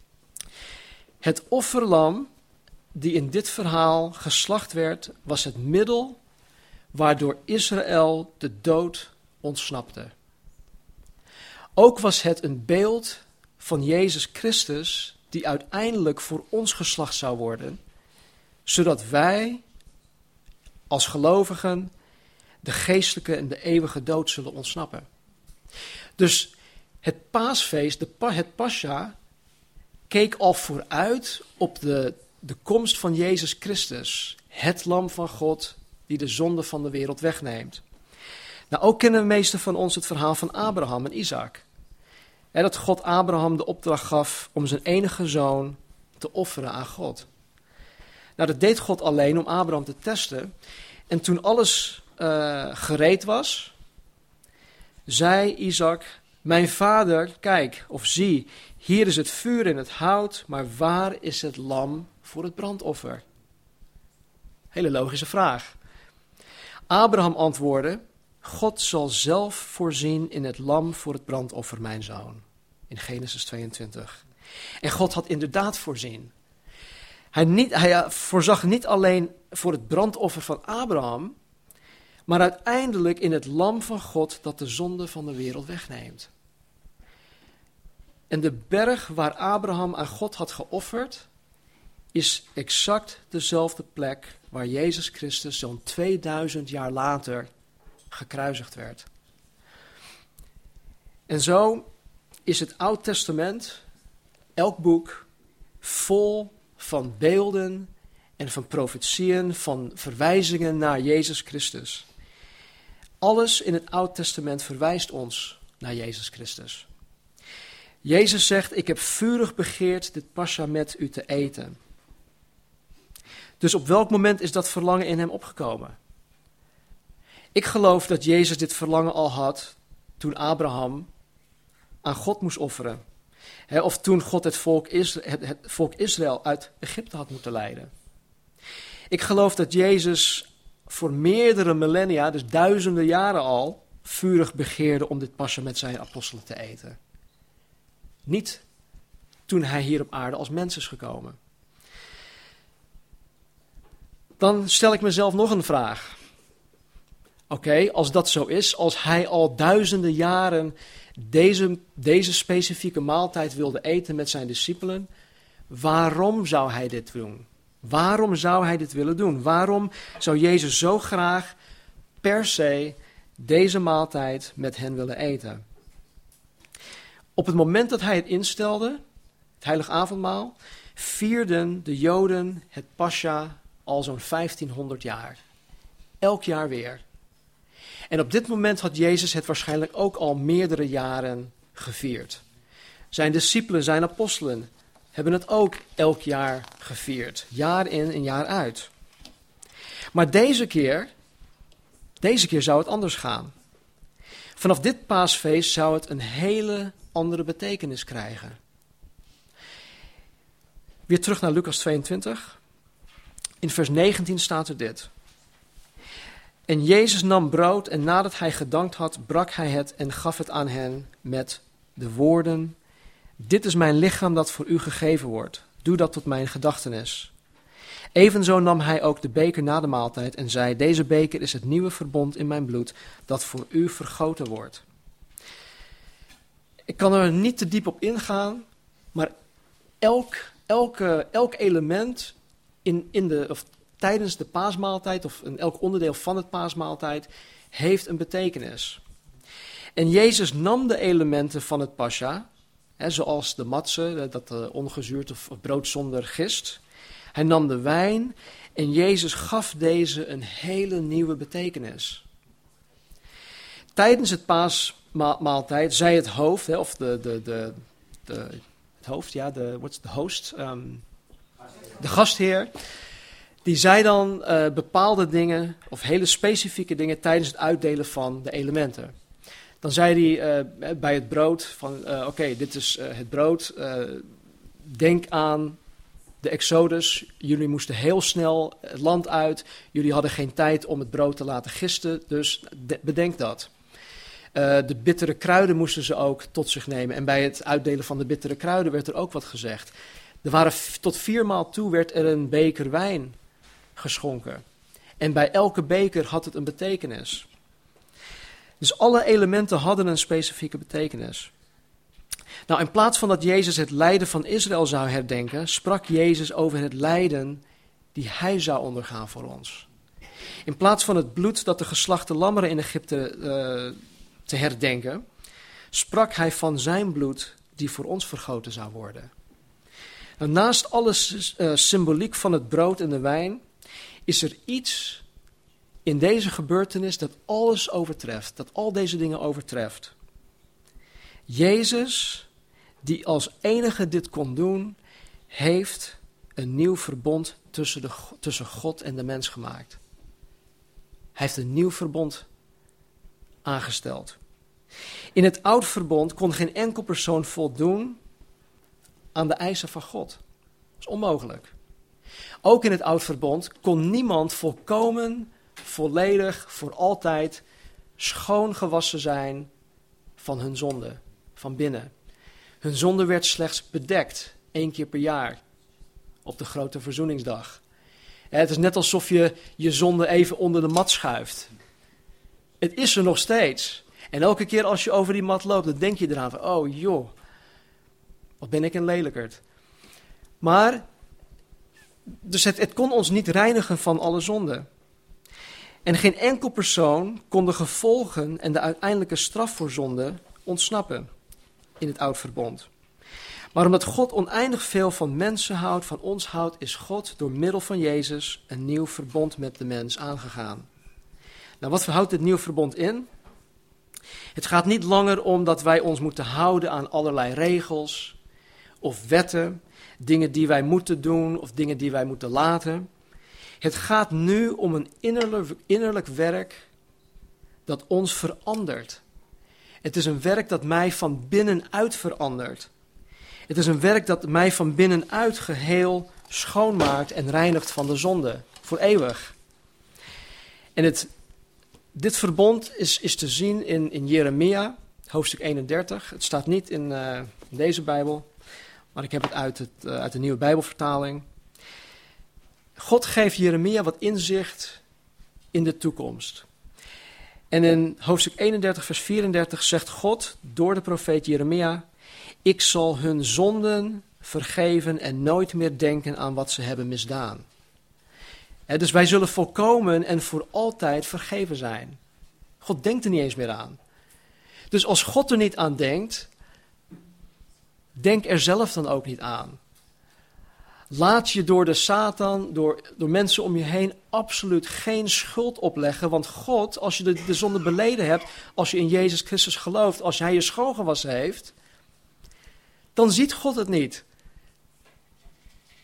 Het offerlam die in dit verhaal geslacht werd, was het middel waardoor Israël de dood ontsnapte. Ook was het een beeld van Jezus Christus, die uiteindelijk voor ons geslacht zou worden, zodat wij als gelovigen de geestelijke en de eeuwige dood zullen ontsnappen. Dus het paasfeest, het Pascha, keek al vooruit op de komst van Jezus Christus, het lam van God die de zonde van de wereld wegneemt. Nou, ook kennen de meesten van ons het verhaal van Abraham en Isaac. Dat God Abraham de opdracht gaf om zijn enige zoon te offeren aan God. Nou, dat deed God alleen om Abraham te testen. En toen alles gereed was, zei Isaac: mijn vader, kijk of zie, hier is het vuur en het hout, maar waar is het lam voor het brandoffer? Hele logische vraag. Abraham antwoordde: God zal zelf voorzien in het lam voor het brandoffer, mijn zoon. In Genesis 22. En God had inderdaad voorzien. Hij voorzag niet alleen voor het brandoffer van Abraham, maar uiteindelijk in het lam van God dat de zonde van de wereld wegneemt. En de berg waar Abraham aan God had geofferd, is exact dezelfde plek waar Jezus Christus zo'n 2000 jaar later gekruisigd werd. En zo is het Oud Testament, elk boek, vol van beelden en van profetieën, van verwijzingen naar Jezus Christus. Alles in het Oud Testament verwijst ons naar Jezus Christus. Jezus zegt: ik heb vurig begeerd dit Pascha met u te eten. Dus op welk moment is dat verlangen in hem opgekomen? Ik geloof dat Jezus dit verlangen al had toen Abraham aan God moest offeren. Of toen God het volk Israël uit Egypte had moeten leiden. Ik geloof dat Jezus voor meerdere millennia, dus duizenden jaren al, vurig begeerde om dit Pascha met zijn apostelen te eten. Niet toen hij hier op aarde als mens is gekomen. Dan stel ik mezelf nog een vraag. Oké, als dat zo is, als hij al duizenden jaren deze specifieke maaltijd wilde eten met zijn discipelen, waarom zou hij dit doen? Waarom zou hij dit willen doen? Waarom zou Jezus zo graag per se deze maaltijd met hen willen eten? Op het moment dat hij het instelde, het heilige avondmaal, vierden de Joden het Pascha al zo'n 1500 jaar. Elk jaar weer. En op dit moment had Jezus het waarschijnlijk ook al meerdere jaren gevierd. Zijn discipelen, zijn apostelen, hebben het ook elk jaar gevierd. Jaar in en jaar uit. Maar deze keer zou het anders gaan. Vanaf dit paasfeest zou het een hele andere betekenis krijgen. Weer terug naar Lucas 22. In vers 19 staat er dit. En Jezus nam brood en nadat hij gedankt had, brak hij het en gaf het aan hen met de woorden: dit is mijn lichaam dat voor u gegeven wordt. Doe dat tot mijn gedachtenis. Evenzo nam hij ook de beker na de maaltijd en zei: deze beker is het nieuwe verbond in mijn bloed dat voor u vergoten wordt. Ik kan er niet te diep op ingaan, maar elk element tijdens de paasmaaltijd of in elk onderdeel van het paasmaaltijd heeft een betekenis. En Jezus nam de elementen van het pascha, zoals de matse, dat ongezuurd of brood zonder gist. Hij nam de wijn en Jezus gaf deze een hele nieuwe betekenis. Tijdens het paasmaaltijd zei het hoofd, of de gastheer, die zei dan bepaalde dingen of hele specifieke dingen tijdens het uitdelen van de elementen. Dan zei hij bij het brood van oké, dit is het brood, denk aan de Exodus, jullie moesten heel snel het land uit, jullie hadden geen tijd om het brood te laten gisten, dus bedenk dat. De bittere kruiden moesten ze ook tot zich nemen en bij het uitdelen van de bittere kruiden werd er ook wat gezegd. Er waren tot 4 maal toe werd er een beker wijn geschonken. En bij elke beker had het een betekenis. Dus alle elementen hadden een specifieke betekenis. Nou, in plaats van dat Jezus het lijden van Israël zou herdenken, sprak Jezus over het lijden die hij zou ondergaan voor ons. In plaats van het bloed dat de geslachte lammeren in Egypte te herdenken, sprak hij van zijn bloed die voor ons vergoten zou worden. Nou, naast alle symboliek van het brood en de wijn is er iets in deze gebeurtenis dat alles overtreft, dat al deze dingen overtreft. Jezus, die als enige dit kon doen, heeft een nieuw verbond tussen God en de mens gemaakt. Hij heeft een nieuw verbond aangesteld. In het oude verbond kon geen enkel persoon voldoen aan de eisen van God. Dat is onmogelijk. Ook in het oude verbond kon niemand volkomen, volledig, voor altijd schoon gewassen zijn van hun zonde, van binnen. Hun zonde werd slechts bedekt, 1 keer per jaar, op de grote verzoeningsdag. Het is net alsof je je zonde even onder de mat schuift. Het is er nog steeds. En elke keer als je over die mat loopt, dan denk je eraan van, oh joh, wat ben ik een lelijkerd. Maar, dus het kon ons niet reinigen van alle zonde. En geen enkel persoon kon de gevolgen en de uiteindelijke straf voor zonde ontsnappen in het oud verbond. Maar omdat God oneindig veel van mensen houdt, van ons houdt, is God door middel van Jezus een nieuw verbond met de mens aangegaan. Nou, wat houdt dit nieuw verbond in? Het gaat niet langer om dat wij ons moeten houden aan allerlei regels of wetten, dingen die wij moeten doen of dingen die wij moeten laten. Het gaat nu om een innerlijk werk dat ons verandert. Het is een werk dat mij van binnenuit verandert. Het is een werk dat mij van binnenuit geheel schoonmaakt en reinigt van de zonde, voor eeuwig. En dit verbond is te zien in Jeremia, hoofdstuk 31. Het staat niet in deze Bijbel, maar ik heb het uit de nieuwe Bijbelvertaling. God geeft Jeremia wat inzicht in de toekomst. En in hoofdstuk 31, vers 34 zegt God door de profeet Jeremia: ik zal hun zonden vergeven en nooit meer denken aan wat ze hebben misdaan. Dus wij zullen volkomen en voor altijd vergeven zijn. God denkt er niet eens meer aan. Dus als God er niet aan denkt, denk er zelf dan ook niet aan. Laat je door de Satan, door mensen om je heen, absoluut geen schuld opleggen. Want God, als je de zonde beleden hebt, als je in Jezus Christus gelooft, als hij je schoongewassen heeft, dan ziet God het niet.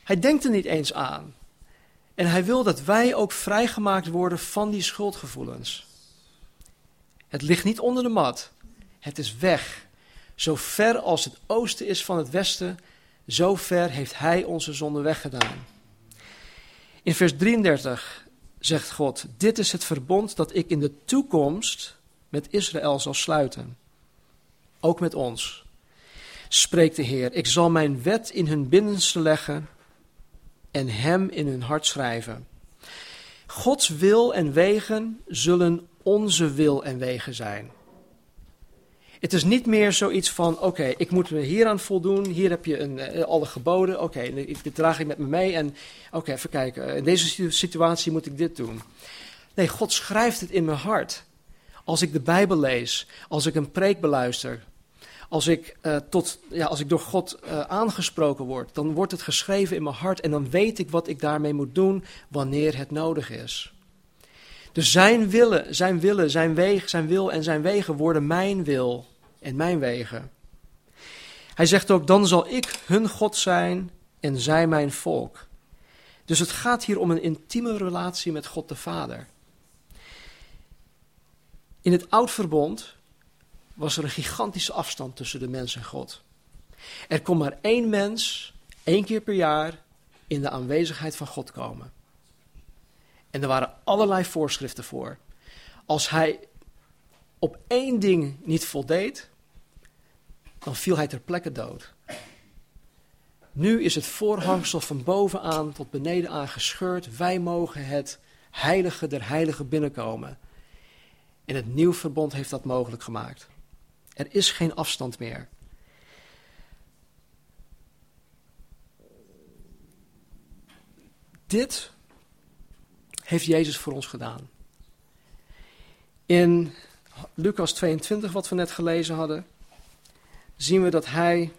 Hij denkt er niet eens aan. En hij wil dat wij ook vrijgemaakt worden van die schuldgevoelens. Het ligt niet onder de mat. Het is weg. Zo ver als het oosten is van het westen, zo ver heeft hij onze zonde weggedaan. In vers 33 zegt God: dit is het verbond dat ik in de toekomst met Israël zal sluiten. Ook met ons. Spreekt de Heer: ik zal mijn wet in hun binnenste leggen en hem in hun hart schrijven. Gods wil en wegen zullen onze wil en wegen zijn. Het is niet meer zoiets van, oké, ik moet me hieraan voldoen, hier heb je alle geboden, oké, dit draag ik met me mee en oké, even kijken, in deze situatie moet ik dit doen. Nee, God schrijft het in mijn hart. Als ik de Bijbel lees, als ik een preek beluister, als ik door God aangesproken word, dan wordt het geschreven in mijn hart en dan weet ik wat ik daarmee moet doen wanneer het nodig is. Dus zijn wil en zijn wegen worden mijn wil en mijn wegen. Hij zegt ook, dan zal ik hun God zijn en zij mijn volk. Dus het gaat hier om een intieme relatie met God de Vader. In het Oud Verbond was er een gigantische afstand tussen de mens en God. Er kon maar één mens, 1 keer per jaar, in de aanwezigheid van God komen. En er waren allerlei voorschriften voor. Als hij op 1 ding niet voldeed, dan viel hij ter plekke dood. Nu is het voorhangsel van bovenaan tot beneden aan gescheurd. Wij mogen het heilige der heiligen binnenkomen. En het nieuw verbond heeft dat mogelijk gemaakt. Er is geen afstand meer. Dit heeft Jezus voor ons gedaan. In Lucas 22, wat we net gelezen hadden, zien we dat hij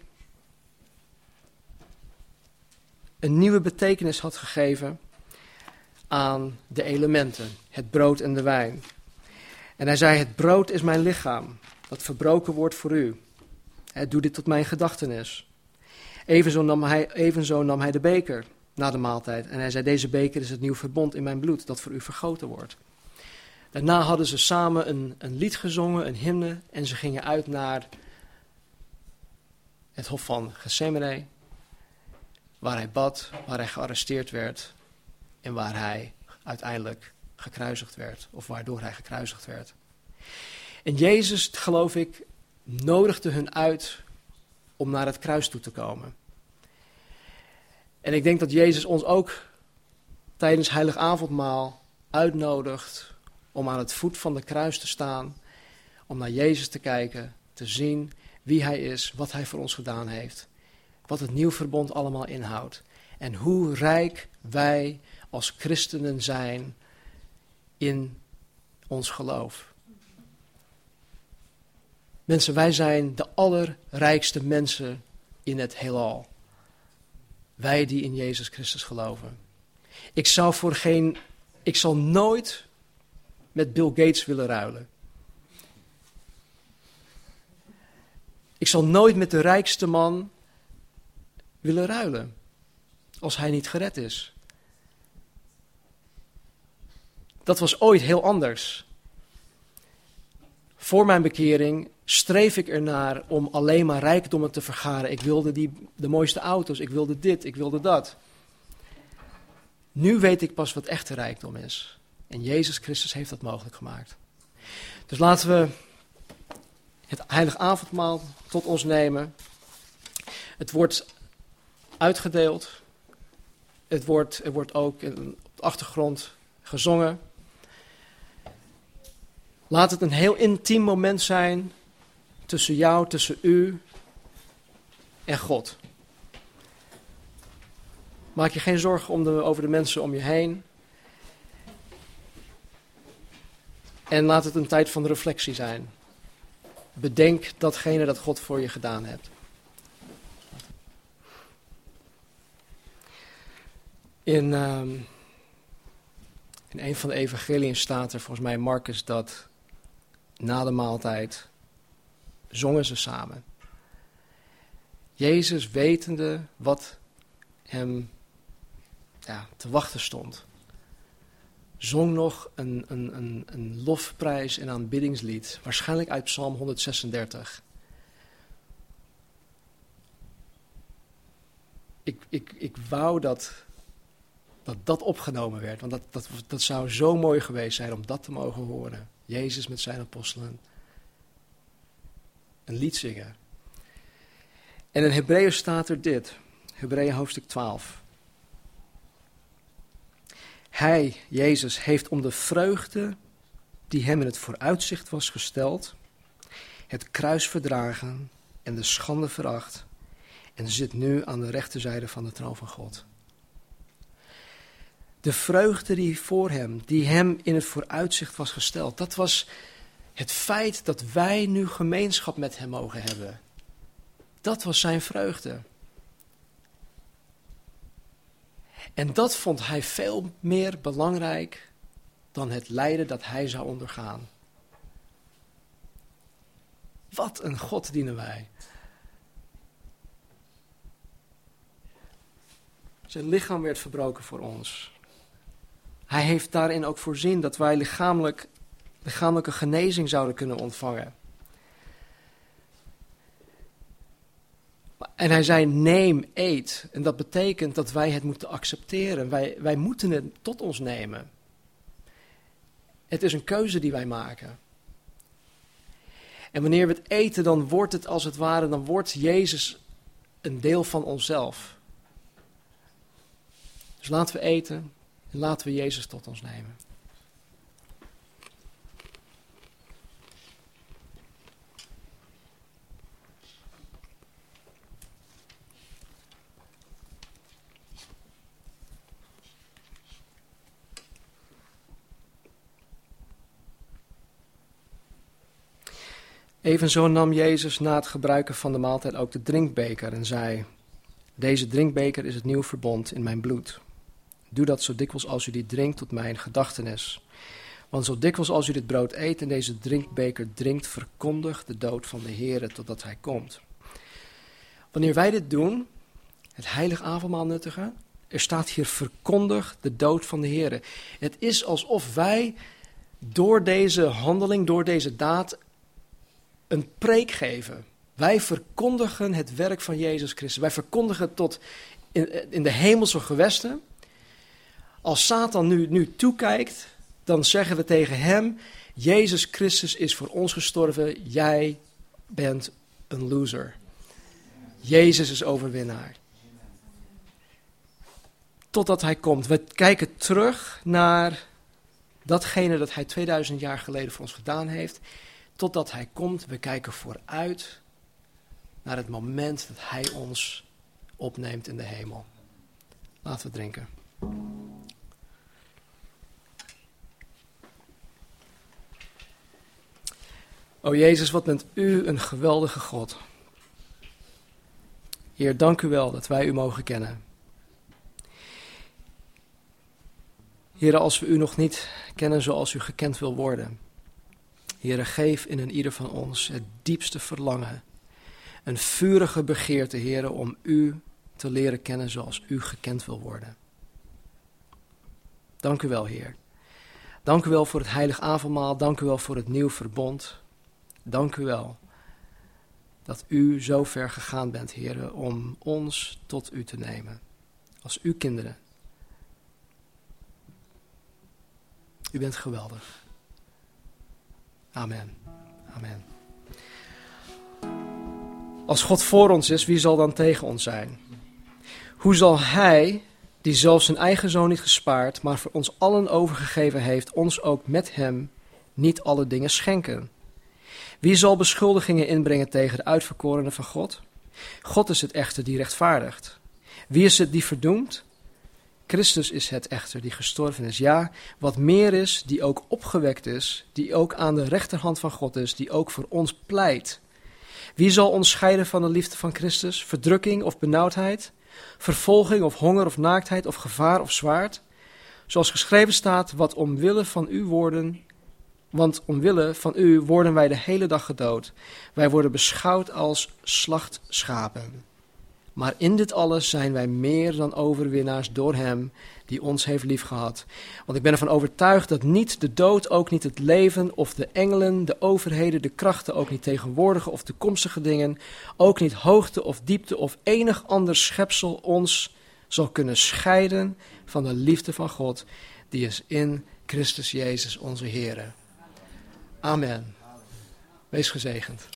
een nieuwe betekenis had gegeven aan de elementen, het brood en de wijn. En hij zei, het brood is mijn lichaam, dat verbroken wordt voor u. Doe dit tot mijn gedachtenis. Evenzo nam hij de beker na de maaltijd. En hij zei, deze beker is het nieuw verbond in mijn bloed, dat voor u vergoten wordt. Daarna hadden ze samen een lied gezongen, een hymne, en ze gingen uit naar het hof van Gethsemane, waar hij bad, waar hij gearresteerd werd en waar hij uiteindelijk gekruisigd werd, of waardoor hij gekruisigd werd. En Jezus, geloof ik, nodigde hun uit om naar het kruis toe te komen. En ik denk dat Jezus ons ook tijdens Heilig Avondmaal uitnodigt om aan het voet van de kruis te staan, om naar Jezus te kijken, te zien wie hij is, wat hij voor ons gedaan heeft, wat het nieuw verbond allemaal inhoudt en hoe rijk wij als christenen zijn in ons geloof. Mensen, wij zijn de allerrijkste mensen in het heelal. Wij die in Jezus Christus geloven. Ik zal nooit met Bill Gates willen ruilen. Ik zal nooit met de rijkste man willen ruilen, als hij niet gered is. Dat was ooit heel anders. Voor mijn bekering streef ik ernaar om alleen maar rijkdommen te vergaren. Ik wilde de mooiste auto's, ik wilde dit, ik wilde dat. Nu weet ik pas wat echte rijkdom is. En Jezus Christus heeft dat mogelijk gemaakt. Dus laten we het Heilig Avondmaal tot ons nemen. Het wordt uitgedeeld. Er wordt ook op de achtergrond gezongen. Laat het een heel intiem moment zijn tussen jou, tussen u en God. Maak je geen zorgen over de mensen om je heen. En laat het een tijd van reflectie zijn. Bedenk datgene dat God voor je gedaan heeft. In een van de evangeliën staat er volgens mij Marcus dat na de maaltijd zongen ze samen. Jezus wetende wat hem te wachten stond. Zong nog een lofprijs en aanbiddingslied, waarschijnlijk uit Psalm 136. Ik wou dat opgenomen werd, want dat zou zo mooi geweest zijn om dat te mogen horen. Jezus met zijn apostelen een lied zingen. En in Hebreeën staat er dit, Hebreeën hoofdstuk 12. Hij, Jezus, heeft om de vreugde die hem in het vooruitzicht was gesteld, het kruis verdragen en de schande veracht en zit nu aan de rechterzijde van de troon van God. De vreugde die hem in het vooruitzicht was gesteld, dat was het feit dat wij nu gemeenschap met hem mogen hebben. Dat was zijn vreugde. En dat vond hij veel meer belangrijk dan het lijden dat hij zou ondergaan. Wat een God dienen wij. Zijn lichaam werd verbroken voor ons. Hij heeft daarin ook voorzien dat wij lichamelijke genezing zouden kunnen ontvangen. En hij zei, neem, eet. En dat betekent dat wij het moeten accepteren. Wij moeten het tot ons nemen. Het is een keuze die wij maken. En wanneer we het eten, dan wordt het als het ware, dan wordt Jezus een deel van onszelf. Dus laten we eten en laten we Jezus tot ons nemen. Evenzo nam Jezus na het gebruiken van de maaltijd ook de drinkbeker en zei, deze drinkbeker is het nieuwe verbond in mijn bloed. Doe dat zo dikwijls als u die drinkt tot mijn gedachtenis. Want zo dikwijls als u dit brood eet en deze drinkbeker drinkt, verkondigt de dood van de Heere totdat hij komt. Wanneer wij dit doen, het heilig avondmaal nuttigen, er staat hier verkondig de dood van de Heere. Het is alsof wij door deze handeling, door deze daad, een preek geven. Wij verkondigen het werk van Jezus Christus. Wij verkondigen tot in de hemelse gewesten. Als Satan nu toekijkt, dan zeggen we tegen hem, Jezus Christus is voor ons gestorven, jij bent een loser. Jezus is overwinnaar. Totdat hij komt. We kijken terug naar datgene dat hij 2000 jaar geleden voor ons gedaan heeft. Totdat hij komt, we kijken vooruit naar het moment dat hij ons opneemt in de hemel. Laten we drinken. O Jezus, wat bent u een geweldige God. Heer, dank u wel dat wij u mogen kennen. Heer, als we u nog niet kennen zoals u gekend wil worden. Heer, geef in ieder van ons het diepste verlangen. Een vurige begeerte, Heer, om u te leren kennen zoals u gekend wil worden. Dank u wel, Heer. Dank u wel voor het heilig avondmaal. Dank u wel voor het nieuw verbond. Dank u wel dat u zo ver gegaan bent, Heer, om ons tot u te nemen. Als uw kinderen. U bent geweldig. Amen. Amen. Als God voor ons is, wie zal dan tegen ons zijn? Hoe zal hij, die zelfs zijn eigen zoon niet gespaard, maar voor ons allen overgegeven heeft, ons ook met hem niet alle dingen schenken? Wie zal beschuldigingen inbrengen tegen de uitverkorenen van God? God is het echter die rechtvaardigt. Wie is het die verdoemt? Christus is het echter die gestorven is. Ja, wat meer is, die ook opgewekt is, die ook aan de rechterhand van God is, die ook voor ons pleit. Wie zal ons scheiden van de liefde van Christus? Verdrukking of benauwdheid? Vervolging of honger of naaktheid of gevaar of zwaard? Zoals geschreven staat, want omwille van u worden wij de hele dag gedood. Wij worden beschouwd als slachtschapen. Maar in dit alles zijn wij meer dan overwinnaars door hem die ons heeft liefgehad. Want ik ben ervan overtuigd dat niet de dood, ook niet het leven of de engelen, de overheden, de krachten, ook niet tegenwoordige of toekomstige dingen, ook niet hoogte of diepte of enig ander schepsel ons zal kunnen scheiden van de liefde van God, die is in Christus Jezus onze Heer. Amen. Wees gezegend.